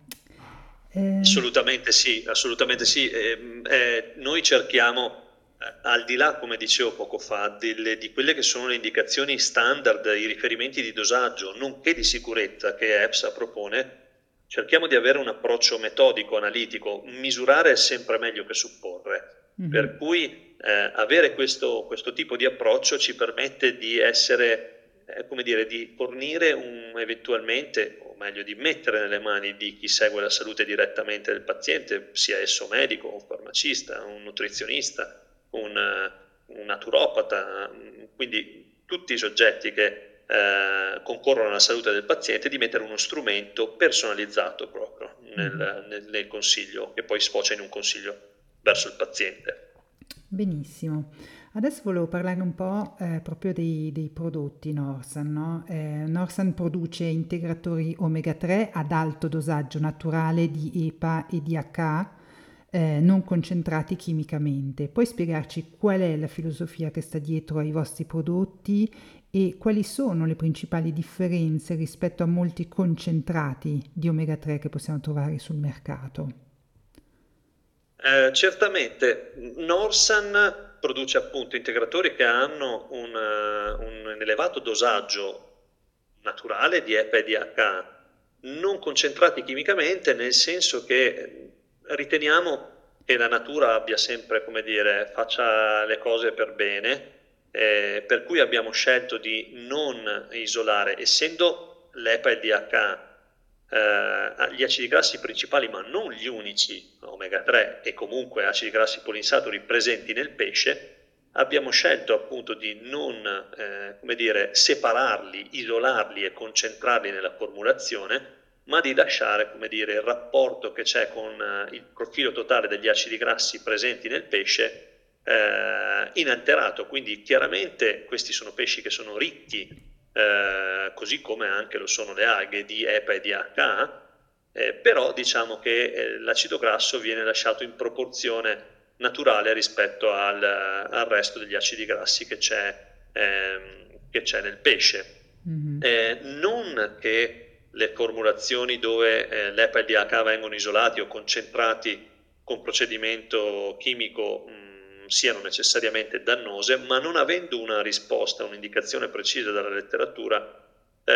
Eh, Assolutamente sì, assolutamente sì. Eh, eh, noi cerchiamo, eh, al di là, come dicevo poco fa, delle, di quelle che sono le indicazioni standard, i riferimenti di dosaggio, nonché di sicurezza che EFSA propone, cerchiamo di avere un approccio metodico, analitico. Misurare è sempre meglio che supporre. Per mhm. cui eh, avere questo, questo tipo di approccio ci permette di essere, eh, come dire, di fornire un, eventualmente, o meglio, di mettere nelle mani di chi segue la salute direttamente del paziente, sia esso medico, un farmacista, un nutrizionista, un, eh, un naturopata, quindi tutti i soggetti che eh, concorrono alla salute del paziente, di mettere uno strumento personalizzato proprio nel, nel, nel consiglio, che poi sfocia in un consiglio verso il paziente. Benissimo. Adesso volevo parlare un po' eh, proprio dei, dei prodotti Norsan, no? Eh, Norsan produce integratori omega tre ad alto dosaggio naturale di E P A e D H A, eh, non concentrati chimicamente. Puoi spiegarci qual è la filosofia che sta dietro ai vostri prodotti e quali sono le principali differenze rispetto a molti concentrati di omega tre che possiamo trovare sul mercato? Eh, certamente, Norsan produce appunto integratori che hanno un, eh, un elevato dosaggio naturale di E P A e D H A, non concentrati chimicamente, nel senso che riteniamo che la natura abbia sempre, come dire, faccia le cose per bene, eh, per cui abbiamo scelto di non isolare, essendo l'E P A e il D H A eh, gli acidi grassi principali, ma non gli unici, omega tre e comunque acidi grassi poliinsaturi presenti nel pesce, abbiamo scelto appunto di non eh, come dire, separarli, isolarli e concentrarli nella formulazione, ma di lasciare, come dire, il rapporto che c'è con eh, il profilo totale degli acidi grassi presenti nel pesce eh, inalterato. Quindi chiaramente questi sono pesci che sono ricchi, eh, così come anche lo sono le alghe, di E P A e D H A, eh, però diciamo che eh, l'acido grasso viene lasciato in proporzione naturale rispetto al, al resto degli acidi grassi che c'è, ehm, che c'è nel pesce. Mhm. Eh, non che le formulazioni dove eh, l'E P A e il D H A vengono isolati o concentrati con procedimento chimico mh, siano necessariamente dannose, ma non avendo una risposta, un'indicazione precisa dalla letteratura,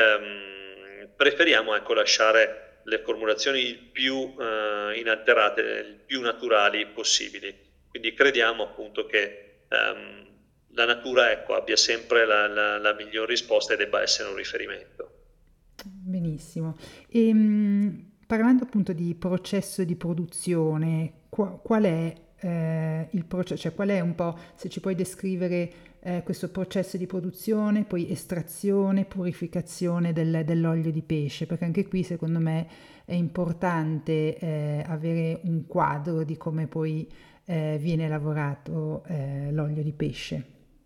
ehm, preferiamo ecco, lasciare le formulazioni il più eh, inalterate, il più naturali possibili. Quindi crediamo appunto che ehm, la natura ecco, abbia sempre la, la, la miglior risposta e debba essere un riferimento. Benissimo. E, mh, parlando appunto di processo di produzione, qua- qual è eh, il processo, cioè qual è un po', se ci puoi descrivere eh, questo processo di produzione, poi estrazione, purificazione del- dell'olio di pesce, perché anche qui secondo me è importante eh, avere un quadro di come poi eh, viene lavorato eh, l'olio di pesce.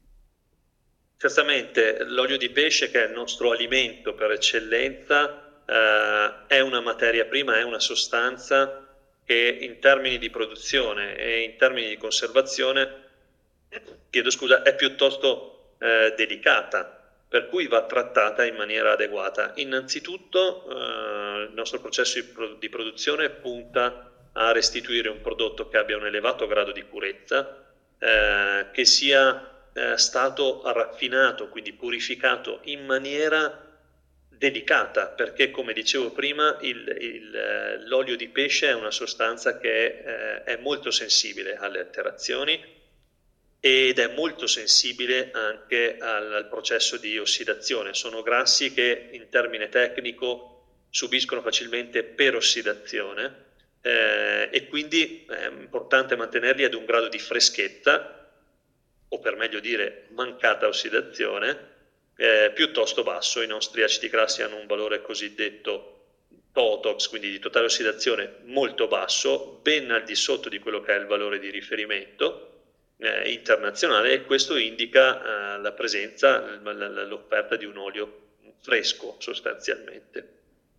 Certamente l'olio di pesce, che è il nostro alimento per eccellenza, eh, è una materia prima, è una sostanza che in termini di produzione e in termini di conservazione, chiedo scusa, è piuttosto eh, delicata, per cui va trattata in maniera adeguata. Innanzitutto eh, il nostro processo di, pro- di produzione punta a restituire un prodotto che abbia un elevato grado di purezza, eh, che sia eh, stato raffinato, quindi purificato in maniera delicata, perché come dicevo prima il, il, eh, l'olio di pesce è una sostanza che eh, è molto sensibile alle alterazioni ed è molto sensibile anche al, al processo di ossidazione. Sono grassi che in termine tecnico subiscono facilmente perossidazione eh, e quindi è importante mantenerli ad un grado di freschezza, o per meglio dire mancata ossidazione, eh, piuttosto basso. I nostri acidi grassi hanno un valore cosiddetto TOTOX, quindi di totale ossidazione, molto basso, ben al di sotto di quello che è il valore di riferimento eh, internazionale, e questo indica eh, la presenza, l'offerta di un olio fresco sostanzialmente.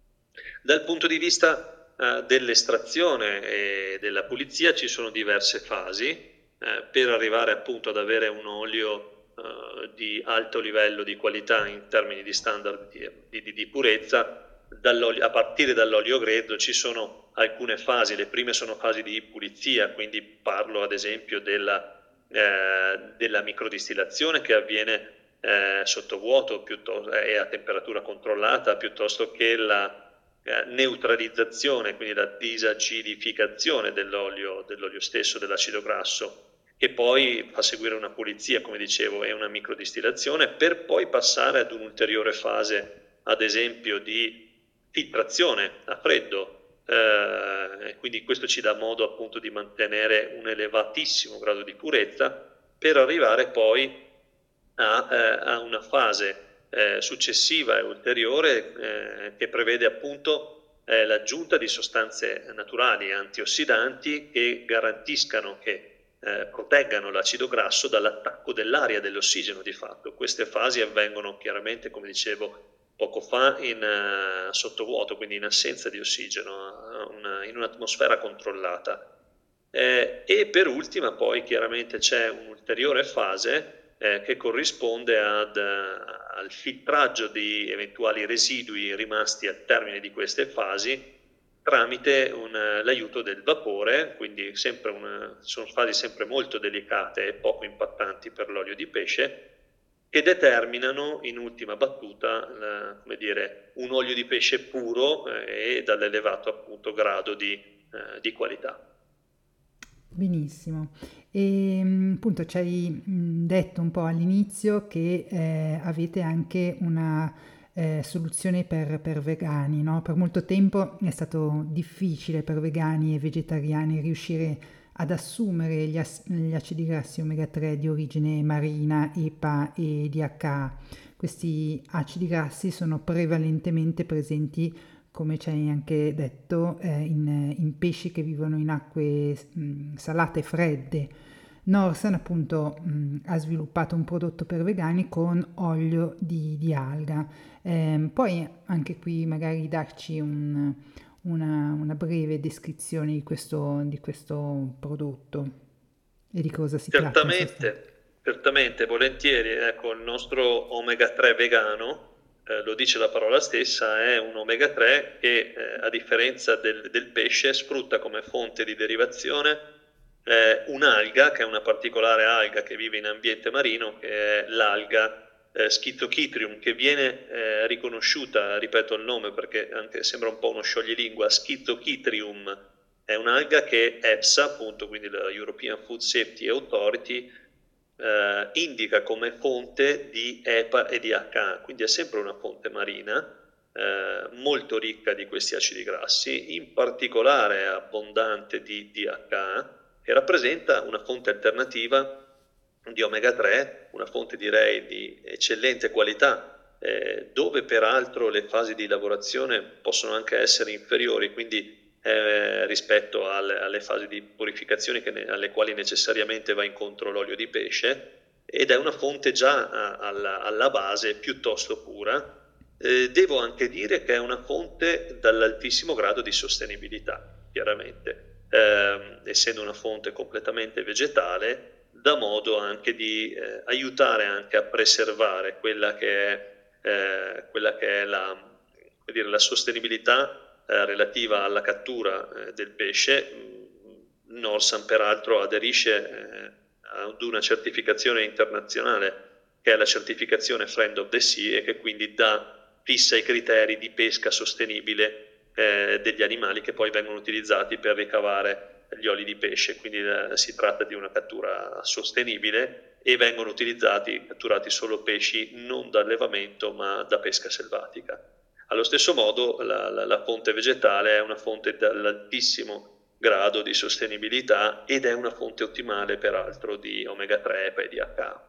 Dal punto di vista eh, dell'estrazione e della pulizia ci sono diverse fasi eh, per arrivare appunto ad avere un olio eh, di alto livello di qualità in termini di standard di, di, di purezza. A partire dall'olio grezzo ci sono alcune fasi. Le prime sono fasi di pulizia, quindi parlo ad esempio della Eh, della microdistillazione che avviene eh, sotto vuoto piuttosto, e a temperatura controllata, piuttosto che la eh, neutralizzazione, quindi la disacidificazione dell'olio, dell'olio stesso, dell'acido grasso, che poi fa seguire una pulizia, come dicevo, e una microdistillazione, per poi passare ad un'ulteriore fase, ad esempio di filtrazione a freddo. Eh, quindi questo ci dà modo appunto di mantenere un elevatissimo grado di purezza per arrivare poi a, eh, a una fase eh, successiva e ulteriore eh, che prevede appunto eh, l'aggiunta di sostanze naturali antiossidanti che garantiscano che eh, proteggano l'acido grasso dall'attacco dell'aria, dell'ossigeno di fatto. Queste fasi avvengono chiaramente, come dicevo poco fa, in uh, sottovuoto, quindi in assenza di ossigeno, una, in un'atmosfera controllata. Eh, e per ultima poi chiaramente c'è un'ulteriore fase eh, che corrisponde ad, uh, al filtraggio di eventuali residui rimasti al termine di queste fasi tramite un, uh, l'aiuto del vapore, quindi sempre una, sono fasi sempre molto delicate e poco impattanti per l'olio di pesce, che determinano in ultima battuta la, come dire, un olio di pesce puro eh, e dall'elevato appunto grado di, eh, di qualità. Benissimo. E mh, appunto ci hai mh, detto un po' all'inizio che eh, avete anche una eh, soluzione per, per vegani, no? Per molto tempo è stato difficile per vegani e vegetariani riuscire ad assumere gli, as- gli acidi grassi omega tre di origine marina, E P A e D H A. Questi acidi grassi sono prevalentemente presenti, come ci hai anche detto, eh, in, in pesci che vivono in acque mh, salate e fredde. Norsan appunto mh, ha sviluppato un prodotto per vegani con olio di, di alga. Eh, puoi anche qui magari darci un, una, una breve descrizione di questo, di questo prodotto e di cosa si tratta in sostanza. Certamente, certamente, volentieri. Ecco, il nostro omega tre vegano, eh, lo dice la parola stessa, è un omega tre che eh, a differenza del, del pesce sfrutta come fonte di derivazione eh, un'alga, che è una particolare alga che vive in ambiente marino, che è l'alga eh, Schizochytrium, che viene eh, riconosciuta, ripeto il nome perché anche sembra un po' uno scioglilingua, Schizochytrium è un'alga che EFSA, appunto, quindi la European Food Safety Authority, eh, indica come fonte di E P A e D H A, quindi è sempre una fonte marina, eh, molto ricca di questi acidi grassi, in particolare abbondante di D H A, che rappresenta una fonte alternativa di omega tre, una fonte direi di eccellente qualità, eh, dove peraltro le fasi di lavorazione possono anche essere inferiori, quindi eh, rispetto alle, alle fasi di purificazione che ne, alle quali necessariamente va incontro l'olio di pesce, ed è una fonte già a, alla, alla base piuttosto pura. Eh, devo anche dire che è una fonte dall'altissimo grado di sostenibilità, chiaramente, eh, essendo una fonte completamente vegetale, dà modo anche di eh, aiutare anche a preservare quella che è, eh, quella che è la, come dire, la sostenibilità eh, relativa alla cattura eh, del pesce. Norsan peraltro aderisce eh, ad una certificazione internazionale che è la certificazione Friend of the Sea, e che quindi dà fissa i criteri di pesca sostenibile eh, degli animali che poi vengono utilizzati per ricavare gli oli di pesce, quindi eh, si tratta di una cattura sostenibile e vengono utilizzati, catturati solo pesci non da allevamento ma da pesca selvatica. Allo stesso modo la, la, la fonte vegetale è una fonte dall'altissimo grado di sostenibilità ed è una fonte ottimale peraltro di omega tre e di H A.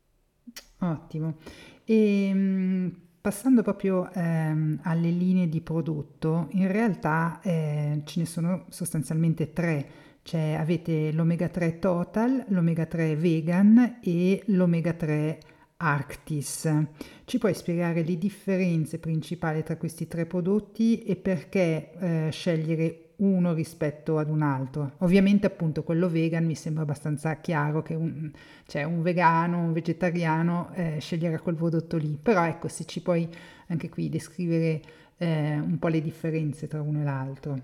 Ottimo. E mm, passando proprio ehm, alle linee di prodotto, in realtà eh, ce ne sono sostanzialmente tre. Cioè avete l'omega tre Total, l'omega tre Vegan e l'omega tre Arctis. Ci puoi spiegare le differenze principali tra questi tre prodotti e perché eh, scegliere uno rispetto ad un altro? Ovviamente appunto quello vegan mi sembra abbastanza chiaro che un, cioè un vegano, un vegetariano eh, sceglierà quel prodotto lì, però ecco se ci puoi anche qui descrivere eh, un po' le differenze tra uno e l'altro.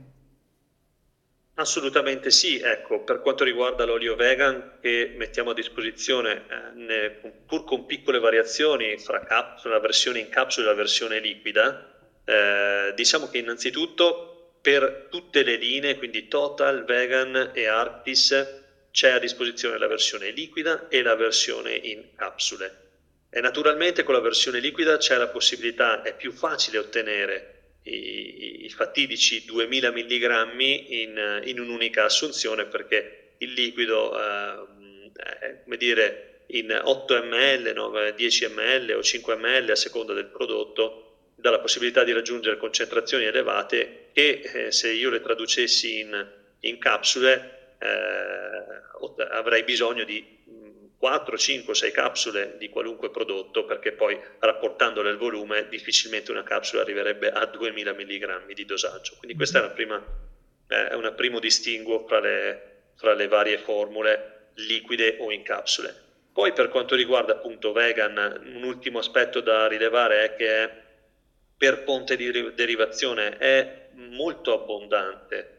Assolutamente sì, ecco, per quanto riguarda l'olio vegan che mettiamo a disposizione, eh, ne- pur con piccole variazioni fra capsula, la versione in capsula e la versione liquida, eh, diciamo che innanzitutto per tutte le linee, quindi Total, Vegan e Arctis, c'è a disposizione la versione liquida e la versione in capsule. E naturalmente con la versione liquida c'è la possibilità, è più facile ottenere i, i fatidici duemila milligrammi in, in un'unica assunzione perché il liquido, eh, è, come dire, in otto millilitri, no, dieci millilitri o cinque millilitri a seconda del prodotto, dà la possibilità di raggiungere concentrazioni elevate che eh, se io le traducessi in, in capsule eh, avrei bisogno di quattro, cinque, sei capsule di qualunque prodotto perché poi rapportandole al volume difficilmente una capsula arriverebbe a duemila milligrammi di dosaggio. Quindi questa è una prima, eh, è un primo distinguo fra le, fra le varie formule liquide o in capsule. Poi per quanto riguarda appunto vegan, un ultimo aspetto da rilevare è che è, per fonte di derivazione è molto abbondante,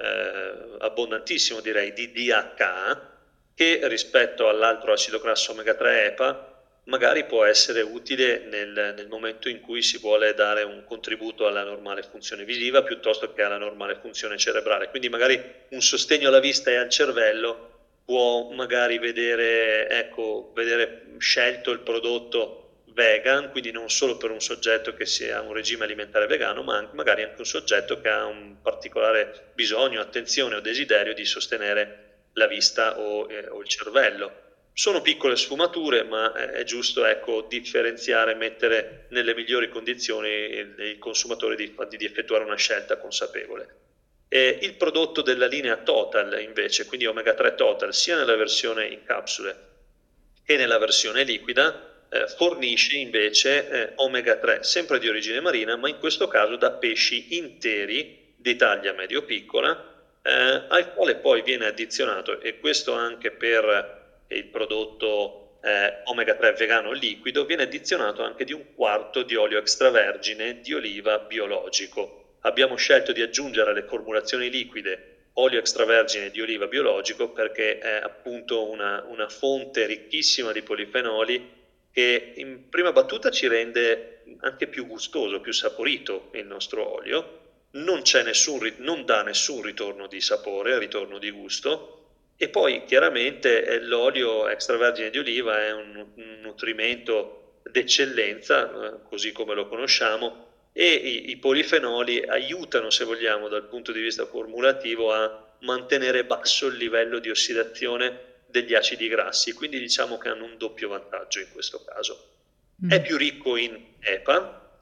eh, abbondantissimo direi, di D H A, che rispetto all'altro acido grasso omega tre E P A magari può essere utile nel, nel momento in cui si vuole dare un contributo alla normale funzione visiva piuttosto che alla normale funzione cerebrale. Quindi magari un sostegno alla vista e al cervello può magari vedere, ecco, vedere scelto il prodotto vegan, quindi non solo per un soggetto che sia un regime alimentare vegano, ma anche, magari anche un soggetto che ha un particolare bisogno, attenzione o desiderio di sostenere la vista o, eh, o il cervello. Sono piccole sfumature, ma è giusto ecco, differenziare, mettere nelle migliori condizioni il, il consumatore di, di effettuare una scelta consapevole. Eh, il prodotto della linea Total invece, quindi omega tre Total, sia nella versione in capsule che nella versione liquida, eh, fornisce invece eh, omega tre, sempre di origine marina, ma in questo caso da pesci interi di taglia medio-piccola, eh, al quale poi viene addizionato, e questo anche per il prodotto eh, omega tre vegano liquido, viene addizionato anche di un quarto di olio extravergine di oliva biologico. Abbiamo scelto di aggiungere alle formulazioni liquide olio extravergine di oliva biologico perché è appunto una, una fonte ricchissima di polifenoli che in prima battuta ci rende anche più gustoso, più saporito il nostro olio, non, c'è nessun, non dà nessun ritorno di sapore, ritorno di gusto, e poi chiaramente eh, l'olio extravergine di oliva è un, un nutrimento d'eccellenza, eh, così come lo conosciamo, e i, i polifenoli aiutano, se vogliamo, dal punto di vista formulativo a mantenere basso il livello di ossidazione degli acidi grassi, quindi diciamo che hanno un doppio vantaggio in questo caso. È Mm. più ricco in E P A,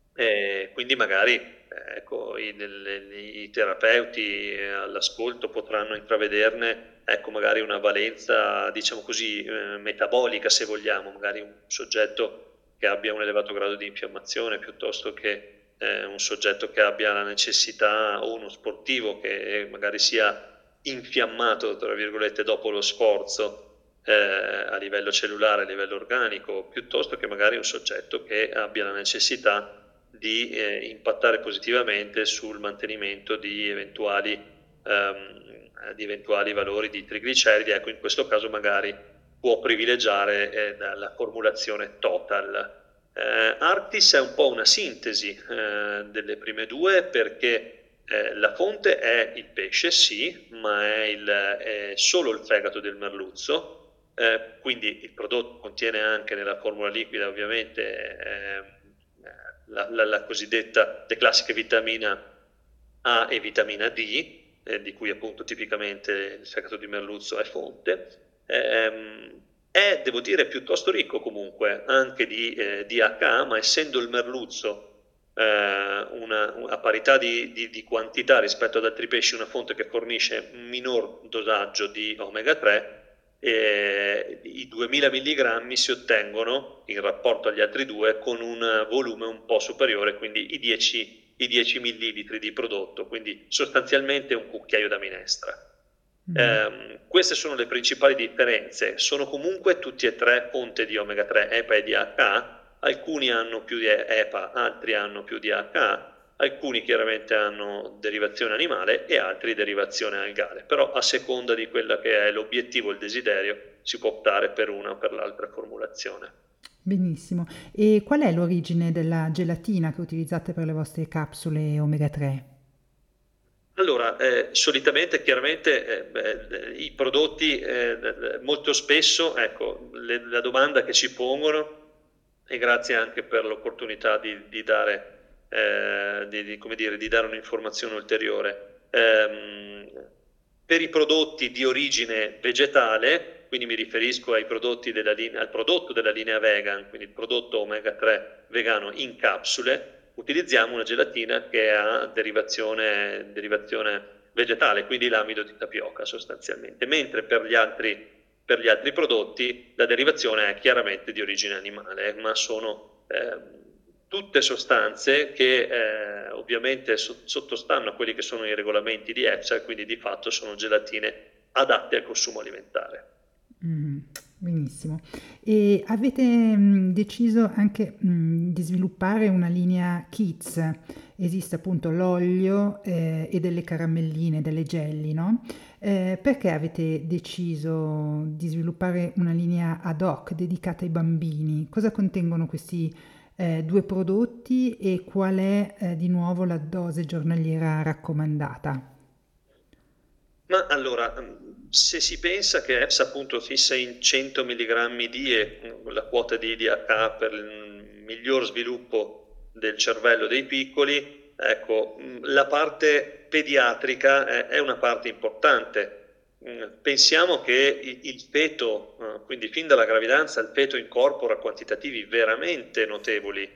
eh, quindi magari eh, ecco, i, i, i terapeuti eh, all'ascolto potranno intravederne ecco, magari una valenza, diciamo così, eh, metabolica se vogliamo, magari un soggetto che abbia un elevato grado di infiammazione piuttosto che eh, un soggetto che abbia la necessità o uno sportivo che magari sia infiammato, tra virgolette, dopo lo sforzo eh, a livello cellulare, a livello organico, piuttosto che magari un soggetto che abbia la necessità di eh, impattare positivamente sul mantenimento di eventuali, ehm, di eventuali valori di trigliceridi. Ecco, in questo caso magari può privilegiare eh, la formulazione Total. Eh, Arctis è un po' una sintesi eh, delle prime due perché eh, la fonte è il pesce, sì, ma è, il, è solo il fegato del merluzzo. Eh, quindi il prodotto contiene anche nella formula liquida ovviamente eh, la, la, la cosiddetta, le classiche vitamina A e vitamina D, eh, di cui appunto tipicamente il fegato di merluzzo è fonte. Ehm, è, devo dire, piuttosto ricco comunque anche di eh, D H A, ma essendo il merluzzo eh, una, a parità di, di, di quantità rispetto ad altri pesci una fonte che fornisce un minor dosaggio di omega tre, eh, i duemila milligrammi si ottengono in rapporto agli altri due con un volume un po' superiore, quindi i dieci, i dieci millilitri di prodotto, quindi sostanzialmente un cucchiaio da minestra. Mm. Eh, queste sono le principali differenze, sono comunque tutti e tre fonte di omega tre, E P A e D H A, alcuni hanno più di E P A, altri hanno più di D H A, alcuni chiaramente hanno derivazione animale e altri derivazione algale, però a seconda di quello che è l'obiettivo, il desiderio, si può optare per una o per l'altra formulazione. Benissimo. E qual è l'origine della gelatina che utilizzate per le vostre capsule omega tre? Allora, eh, solitamente, chiaramente, eh, beh, i prodotti eh, molto spesso, ecco, le, la domanda che ci pongono, e grazie anche per l'opportunità di, di dare, eh, di, di, come dire, di dare un'informazione ulteriore. Ehm, per i prodotti di origine vegetale, quindi mi riferisco ai prodotti della linea, al prodotto della linea vegan, quindi il prodotto omega tre vegano in capsule, utilizziamo una gelatina che ha derivazione, derivazione vegetale, quindi l'amido di tapioca sostanzialmente, mentre per gli altri, per gli altri prodotti la derivazione è chiaramente di origine animale, ma sono eh, tutte sostanze che eh, ovviamente so- sottostanno a quelli che sono i regolamenti di EFSA e quindi di fatto sono gelatine adatte al consumo alimentare. Mm, benissimo. E avete mm, deciso anche mm, di sviluppare una linea Kids. Esiste appunto l'olio eh, e delle caramelline, delle gelli, no? Eh, perché avete deciso di sviluppare una linea ad hoc dedicata ai bambini? Cosa contengono questi eh, due prodotti e qual è eh, di nuovo la dose giornaliera raccomandata? Ma allora, se si pensa che EFSA appunto fissa in cento milligrammi di e la quota di D H A per il miglior sviluppo del cervello dei piccoli, ecco, la parte pediatrica è una parte importante. Pensiamo che il feto, quindi fin dalla gravidanza, il feto incorpora quantitativi veramente notevoli,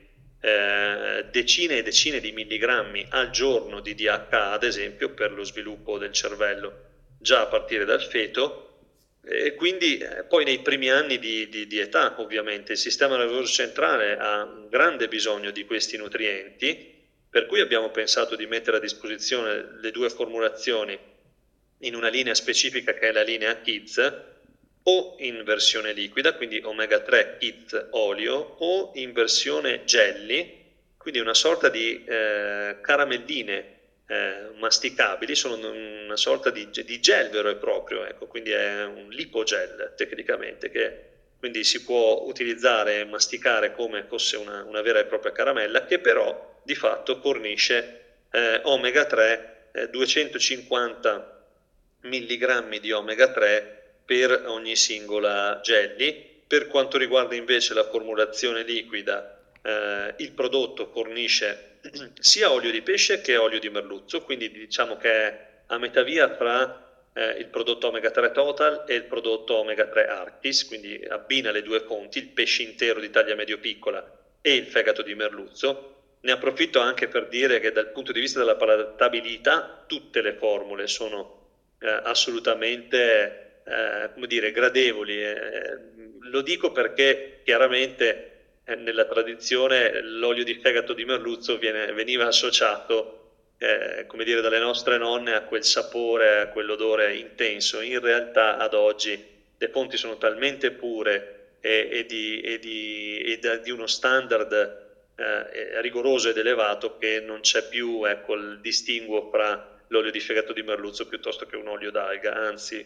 eh, decine e decine di milligrammi al giorno di D H A, ad esempio, per lo sviluppo del cervello, già a partire dal feto. E quindi eh, poi nei primi anni di, di, di età, ovviamente, il sistema nervoso centrale ha un grande bisogno di questi nutrienti, per cui abbiamo pensato di mettere a disposizione le due formulazioni in una linea specifica che è la linea Kids, o in versione liquida, quindi omega tre Kids olio, o in versione jelly, quindi una sorta di eh, caramelline eh, masticabili, sono una sorta di, di gel vero e proprio, ecco, quindi è un lipogel tecnicamente, che quindi si può utilizzare e masticare come fosse una, una vera e propria caramella, che però di fatto fornisce eh, omega tre, eh, duecentocinquanta milligrammi di omega tre per ogni singola jelly. Per quanto riguarda invece la formulazione liquida, eh, il prodotto fornisce sia olio di pesce che olio di merluzzo, quindi diciamo che è a metà via fra eh, il prodotto omega tre Total e il prodotto omega tre Arctis, quindi abbina le due fonti, il pesce intero di taglia medio-piccola e il fegato di merluzzo. Ne approfitto anche per dire che dal punto di vista della palatabilità tutte le formule sono eh, assolutamente eh, come dire, gradevoli. Eh, lo dico perché chiaramente eh, nella tradizione l'olio di fegato di merluzzo viene, veniva associato eh, come dire, dalle nostre nonne a quel sapore, a quell'odore intenso. In realtà ad oggi le fonti sono talmente pure e, e, di, e, di, e da, di uno standard eh, rigoroso ed elevato che non c'è più ecco, il distinguo fra l'olio di fegato di merluzzo piuttosto che un olio d'alga, anzi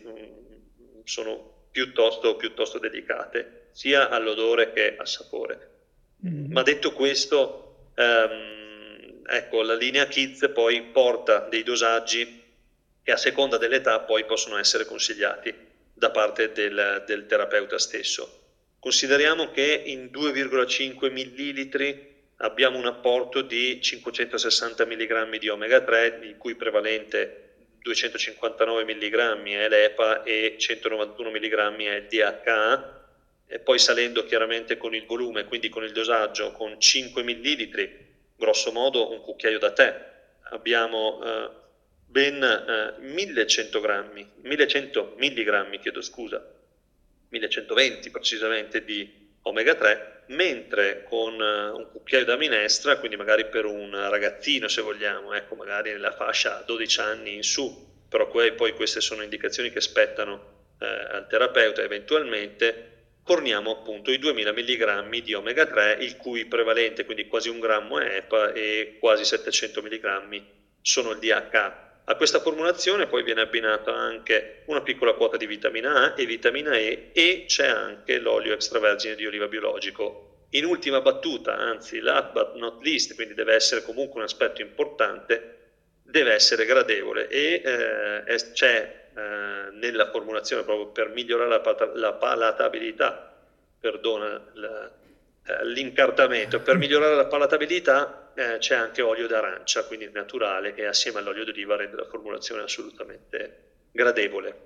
mh, sono piuttosto, piuttosto delicate, sia all'odore che al sapore. Mm. Ma detto questo, ehm, ecco, la linea Kids poi porta dei dosaggi che a seconda dell'età poi possono essere consigliati da parte del, del terapeuta stesso. Consideriamo che in due virgola cinque millilitri abbiamo un apporto di cinquecentosessanta milligrammi di omega tre, il cui prevalente duecentocinquantanove milligrammi è l'E P A e centonovantuno milligrammi è il D H A, e poi salendo chiaramente con il volume, quindi con il dosaggio, con cinque millilitri, grosso modo un cucchiaio da tè, abbiamo eh, ben eh, millecento grammi, millecento milligrammi, chiedo scusa, millecentoventi precisamente di omega tre, mentre con uh, un cucchiaio da minestra, quindi magari per un ragazzino se vogliamo, ecco, magari nella fascia dodici anni in su, però poi, poi queste sono indicazioni che spettano eh, al terapeuta eventualmente, forniamo appunto i duemila milligrammi di omega tre, il cui prevalente, quindi quasi un grammo è E P A e quasi settecento milligrammi sono il D H A. A questa formulazione poi viene abbinata anche una piccola quota di vitamina A e vitamina E, e c'è anche l'olio extravergine di oliva biologico. In ultima battuta, anzi last but not least, quindi deve essere comunque un aspetto importante, deve essere gradevole e eh, c'è eh, nella formulazione proprio per migliorare la, pata- la palatabilità, perdona la, eh, l'incartamento, per migliorare la palatabilità eh, c'è anche olio d'arancia, quindi naturale, che assieme all'olio d'oliva rende la formulazione assolutamente gradevole.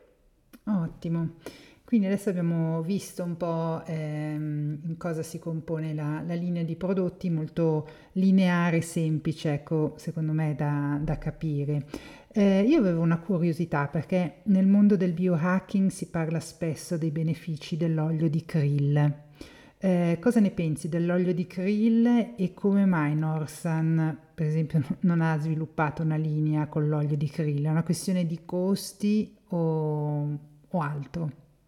Ottimo. Quindi adesso abbiamo visto un po' ehm, in cosa si compone la, la linea di prodotti, molto lineare, semplice, ecco, secondo me da, da capire. Eh, io avevo una curiosità perché nel mondo del biohacking si parla spesso dei benefici dell'olio di krill. Eh, cosa ne pensi dell'olio di krill e come mai Norsan, per esempio, non ha sviluppato una linea con l'olio di krill? È una questione di costi o, o altro?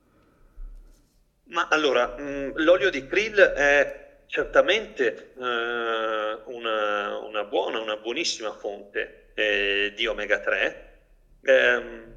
Ma allora, mh, l'olio di krill è certamente eh, una, una buona, una buonissima fonte eh, di omega tre, ehm,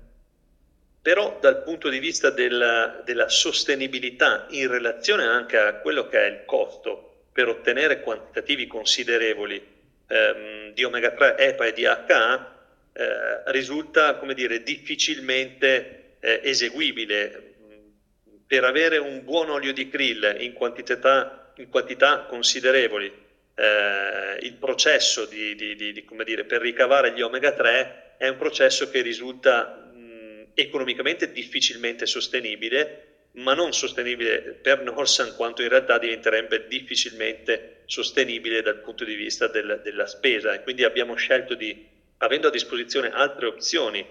però dal punto di vista del- della sostenibilità in relazione anche a quello che è il costo per ottenere quantitativi considerevoli ehm, di omega tre, E P A e D H A, eh, risulta, come dire, difficilmente eh, eseguibile. Per avere un buon olio di krill in quantità, in quantità considerevoli, eh, il processo di, di, di, di, come dire, per ricavare gli omega tre è un processo che risulta mh, economicamente difficilmente sostenibile, ma non sostenibile per Norsan quanto in realtà diventerebbe difficilmente sostenibile dal punto di vista del, della spesa. E quindi abbiamo scelto di, avendo a disposizione altre opzioni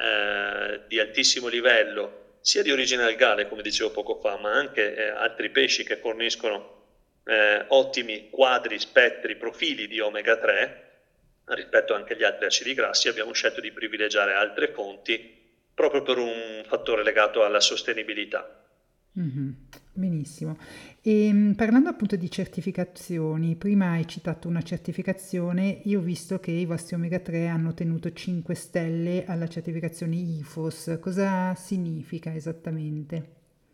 eh, di altissimo livello, sia di origine algale, come dicevo poco fa, ma anche eh, altri pesci che forniscono eh, ottimi quadri, spettri, profili di omega tre rispetto anche agli altri acidi grassi, abbiamo scelto di privilegiare altre fonti proprio per un fattore legato alla sostenibilità. Mhm, benissimo. E mh, parlando appunto di certificazioni, prima hai citato una certificazione, io ho visto che i vostri omega tre hanno ottenuto cinque stelle alla certificazione I F O S. Cosa significa esattamente?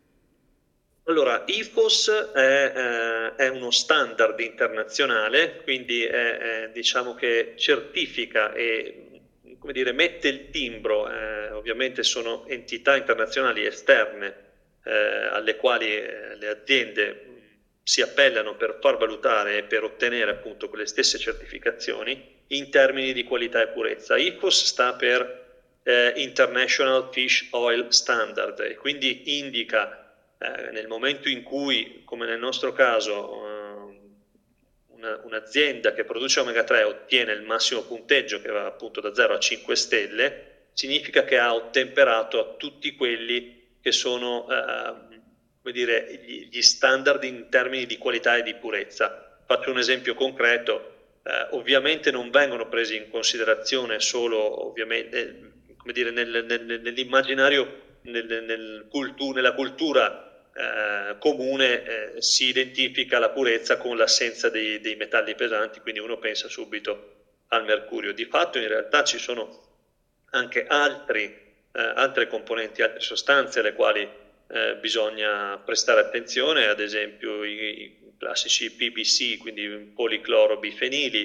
Allora, I F O S è, eh, è uno standard internazionale, quindi è, è, diciamo che certifica e, come dire, mette il timbro, eh, ovviamente sono entità internazionali esterne eh, alle quali eh, le aziende si appellano per far valutare e per ottenere appunto quelle stesse certificazioni in termini di qualità e purezza. I F O S sta per eh, International Fish Oil Standard e quindi indica eh, nel momento in cui, come nel nostro caso, eh, una, un'azienda che produce omega tre ottiene il massimo punteggio che va appunto da zero a cinque stelle, significa che ha ottemperato a tutti quelli che sono eh, come dire, gli, gli standard in termini di qualità e di purezza. Faccio un esempio concreto. Eh, ovviamente non vengono presi in considerazione solo ovviamente, come dire, nel, nel, nell'immaginario, nel, nel cultu- nella cultura eh, comune eh, si identifica la purezza con l'assenza dei, dei metalli pesanti, quindi uno pensa subito al mercurio. Di fatto in realtà ci sono anche altri, eh, altre componenti, altre sostanze alle quali eh, bisogna prestare attenzione, ad esempio i, i classici P B C, quindi policlorobifenili,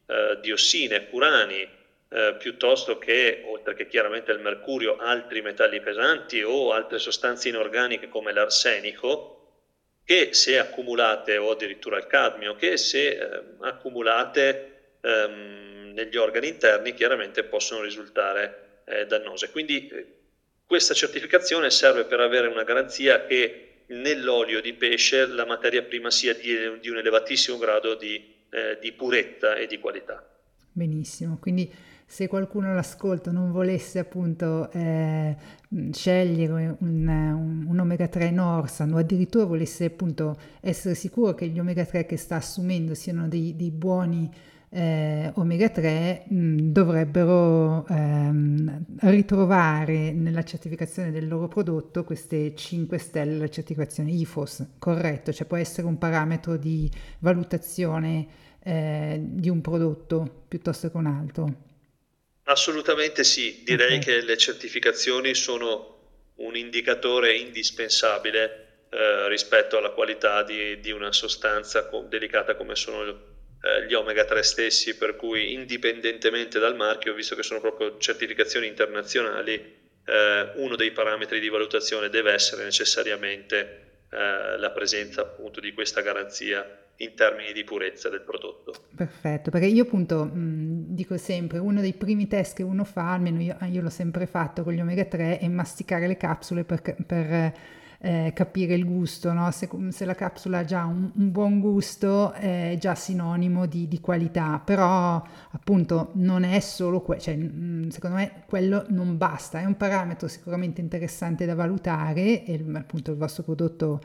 eh, diossine, furani, eh, piuttosto che, oltre che chiaramente il mercurio, altri metalli pesanti o altre sostanze inorganiche come l'arsenico, che se accumulate, o addirittura il cadmio, che se eh, accumulate ehm, negli organi interni chiaramente possono risultare eh, dannose. Quindi eh, questa certificazione serve per avere una garanzia che nell'olio di pesce la materia prima sia di, di un elevatissimo grado di, eh, di purezza e di qualità. Benissimo, quindi se qualcuno all'ascolto non volesse appunto eh, mh, scegliere un, un- un omega tre Norsan o addirittura volesse appunto essere sicuro che gli omega tre che sta assumendo siano dei, dei buoni eh, omega tre, mh, dovrebbero ehm, ritrovare nella certificazione del loro prodotto queste cinque stelle, la certificazione I F O S, corretto? Cioè può essere un parametro di valutazione eh, di un prodotto piuttosto che un altro. Assolutamente sì, Ok, direi che le certificazioni sono un indicatore indispensabile eh, rispetto alla qualità di, di una sostanza co- delicata come sono eh, gli omega tre stessi, per cui indipendentemente dal marchio, visto che sono proprio certificazioni internazionali, eh, uno dei parametri di valutazione deve essere necessariamente eh, la presenza appunto di questa garanzia in termini di purezza del prodotto. perfetto, perché io appunto mh, dico sempre, uno dei primi test che uno fa, almeno io, io l'ho sempre fatto con gli omega tre, è masticare le capsule per, ca- per, eh, capire il gusto, no? Se, se la capsula ha già un, un buon gusto è già sinonimo di, di qualità, però appunto non è solo quello, cioè, mh, secondo me quello non basta, è un parametro sicuramente interessante da valutare e il- appunto il vostro prodotto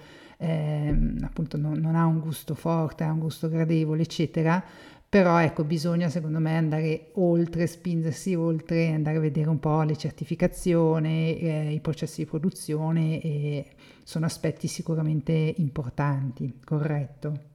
ehm, appunto non, non ha un gusto forte, ha un gusto gradevole, eccetera. Però ecco, bisogna secondo me andare oltre, spingersi oltre, andare a vedere un po' le certificazioni, eh, i processi di produzione e sono aspetti sicuramente importanti, corretto?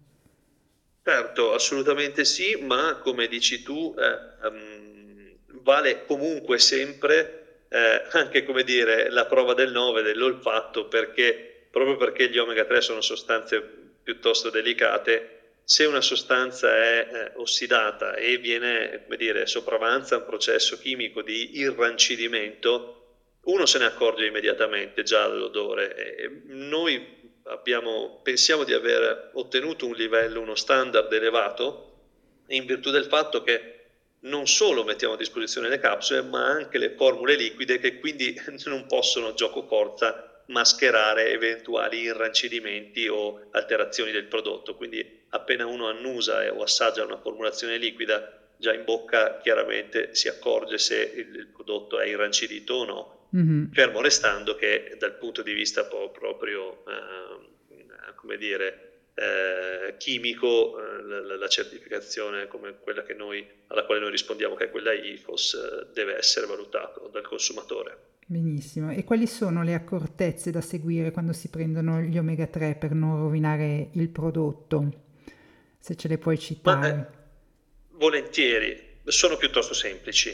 Certo, assolutamente sì, ma come dici tu, eh, ehm, vale comunque sempre, eh, anche come dire, la prova del nove dell'olfatto, perché proprio perché gli omega tre sono sostanze piuttosto delicate, se una sostanza è eh, ossidata e viene, come dire, sopravanza un processo chimico di irrancidimento, uno se ne accorge immediatamente già dall'odore. E noi abbiamo, pensiamo di aver ottenuto un livello, uno standard elevato in virtù del fatto che non solo mettiamo a disposizione le capsule, ma anche le formule liquide che quindi non possono gioco forza mascherare eventuali irrancidimenti o alterazioni del prodotto. Quindi appena uno annusa o assaggia una formulazione liquida, già in bocca chiaramente si accorge se il, il prodotto è irrancidito o no, Mhm. fermo restando che dal punto di vista po- proprio, eh, come dire, eh, chimico, eh, la, la certificazione come quella che noi, alla quale noi rispondiamo, che è quella I F O S, eh, deve essere valutato dal consumatore. Benissimo. E quali sono le accortezze da seguire quando si prendono gli omega tre per non rovinare il prodotto? Se ce le puoi Ma eh, citare. volentieri, sono piuttosto semplici.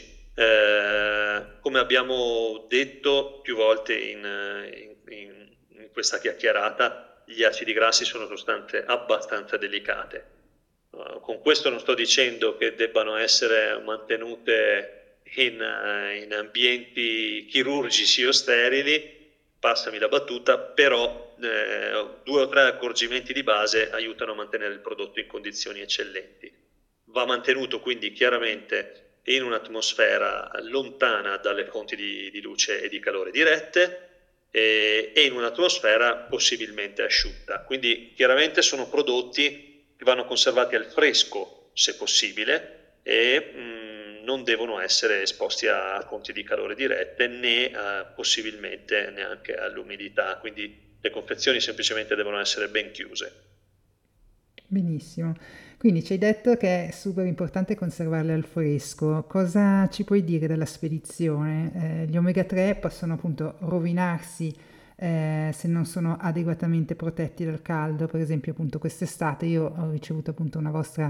Eh, come abbiamo detto più volte in, in- in- in questa chiacchierata, gli acidi grassi sono sostanze abbastanza delicate. Uh, con questo non sto dicendo che debbano essere mantenute in, eh, in ambienti chirurgici o sterili, passami la battuta, però eh, due o tre accorgimenti di base aiutano a mantenere il prodotto in condizioni eccellenti. Va mantenuto quindi chiaramente in un'atmosfera lontana dalle fonti di, di luce e di calore dirette e, e in un'atmosfera possibilmente asciutta. Quindi chiaramente sono prodotti che vanno conservati al fresco se possibile e mh, non devono essere esposti a fonti di calore dirette né eh, possibilmente neanche all'umidità, quindi le confezioni semplicemente devono essere ben chiuse. Benissimo. Quindi ci hai detto che è super importante conservarle al fresco. Cosa ci puoi dire della spedizione? Eh, gli omega tre possono appunto rovinarsi eh, se non sono adeguatamente protetti dal caldo. Per esempio, appunto quest'estate io ho ricevuto appunto una vostra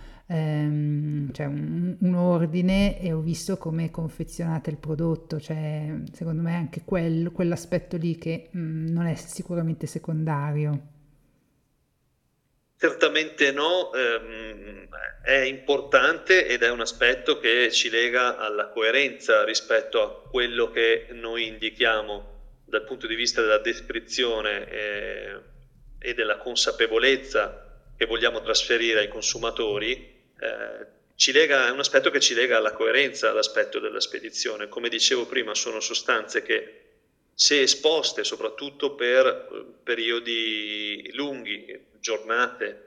ehm, cioè un, un ordine e ho visto come confezionate il prodotto. Cioè, secondo me anche quel- quell'aspetto lì che mm, non è sicuramente secondario. Certamente no, ehm, è importante ed è un aspetto che ci lega alla coerenza rispetto a quello che noi indichiamo dal punto di vista della descrizione eh, e della consapevolezza che vogliamo trasferire ai consumatori. Eh, ci lega, è un aspetto che ci lega alla coerenza, all'aspetto della spedizione. Come dicevo prima, sono sostanze che, se esposte soprattutto per eh, periodi lunghi, giornate,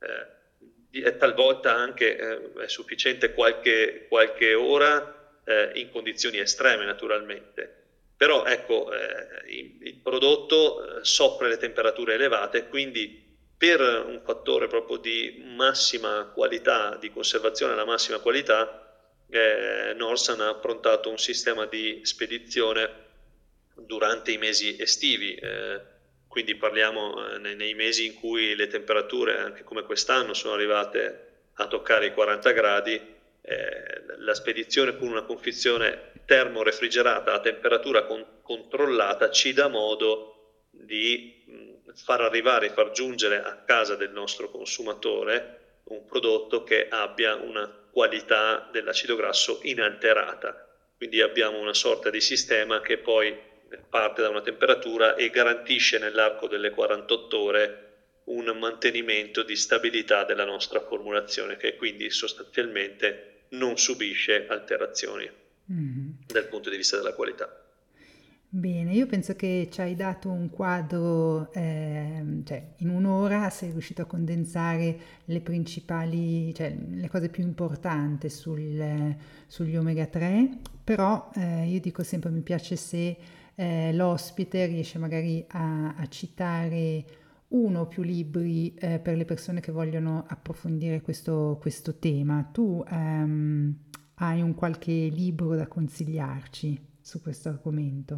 eh, è talvolta anche eh, è sufficiente qualche, qualche ora eh, in condizioni estreme naturalmente. Però ecco, eh, il, il prodotto eh, soffre le temperature elevate, quindi per un fattore proprio di massima qualità, di conservazione alla massima qualità, eh, Norsan ha approntato un sistema di spedizione durante i mesi estivi, eh, quindi parliamo eh, nei, nei mesi in cui le temperature, anche come quest'anno, sono arrivate a toccare i quaranta gradi. Eh, la spedizione con una confezione termorefrigerata a temperatura con- controllata ci dà modo di mh, far arrivare, far giungere a casa del nostro consumatore un prodotto che abbia una qualità dell'acido grasso inalterata. Quindi abbiamo una sorta di sistema che poi parte da una temperatura e garantisce nell'arco delle quarantotto ore un mantenimento di stabilità della nostra formulazione, che quindi sostanzialmente non subisce alterazioni Mhm. dal punto di vista della qualità. Bene, io penso che ci hai dato un quadro, ehm, cioè in un'ora sei riuscito a condensare le principali, cioè le cose più importanti sul- sugli omega tre, però eh, io dico sempre mi piace se eh, l'ospite riesce magari a, a citare uno o più libri eh, per le persone che vogliono approfondire questo, questo tema. Tu ehm, hai un qualche libro da consigliarci su questo argomento?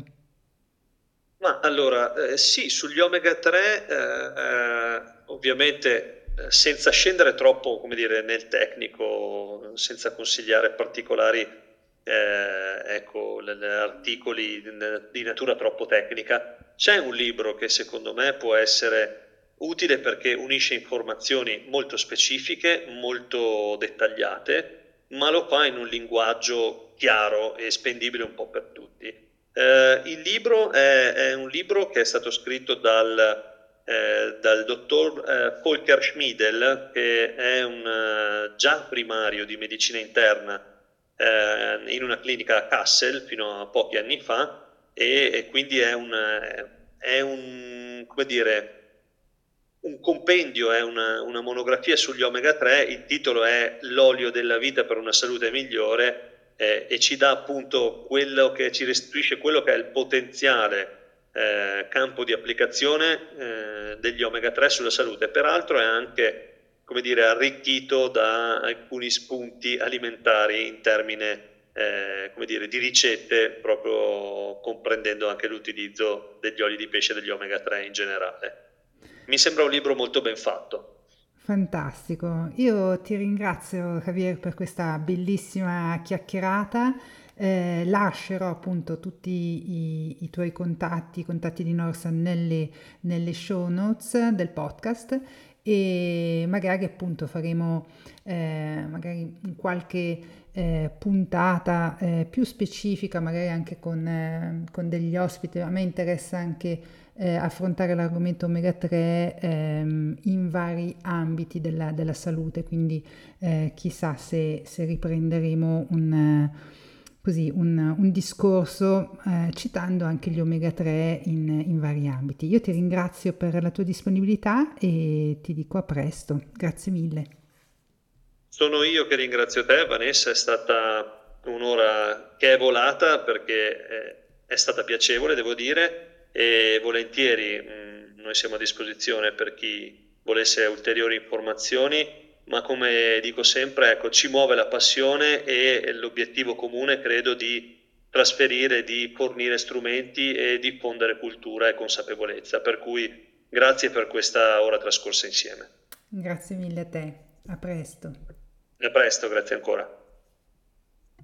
Ma allora, eh, sì, sugli omega tre, eh, eh, ovviamente eh, senza scendere troppo, come dire, nel tecnico, senza consigliare particolari, eh, ecco, le- le articoli di di natura troppo tecnica, c'è un libro che secondo me può essere utile perché unisce informazioni molto specifiche, molto dettagliate, ma lo fa in un linguaggio chiaro e spendibile un po' per tutti. Eh, il libro è, è un libro che è stato scritto dal, eh, dal dottor eh, Volker Schmiedel, che è un eh, già primario di medicina interna eh, in una clinica a Kassel fino a pochi anni fa, e, e quindi è un, eh, è un, come dire, un compendio, è una, una monografia sugli omega tre. Il titolo è L'olio della vita per una salute migliore, eh, e ci dà appunto quello che ci restituisce quello che è il potenziale eh, campo di applicazione eh, degli omega tre sulla salute. Peraltro è anche, come dire, arricchito da alcuni spunti alimentari in termini eh, come dire, di ricette, proprio comprendendo anche l'utilizzo degli oli di pesce e degli omega tre in generale. Mi sembra un libro molto ben fatto. Fantastico, io ti ringrazio Javier per questa bellissima chiacchierata. Eh, lascerò appunto tutti i, i tuoi contatti, i contatti di Norsan nelle, nelle show notes del podcast e magari appunto faremo eh, magari in qualche eh, puntata eh, più specifica, magari anche con, eh, con degli ospiti. A me interessa anche eh, affrontare l'argomento omega tre ehm, in vari ambiti della, della salute, quindi eh, chissà se, se riprenderemo un, eh, così, un, un discorso eh, citando anche gli omega tre in, in vari ambiti. Io ti ringrazio per la tua disponibilità e ti dico a presto. Grazie mille. Sono io che ringrazio te, Vanessa, è stata un'ora che è volata perché eh, è stata piacevole, devo dire, e volentieri mh, noi siamo a disposizione per chi volesse ulteriori informazioni, ma come dico sempre, ecco, ci muove la passione e l'obiettivo comune, credo, di trasferire, di fornire strumenti e diffondere cultura e consapevolezza. Per cui grazie per questa ora trascorsa insieme. Grazie mille a te. A presto. A presto, grazie ancora.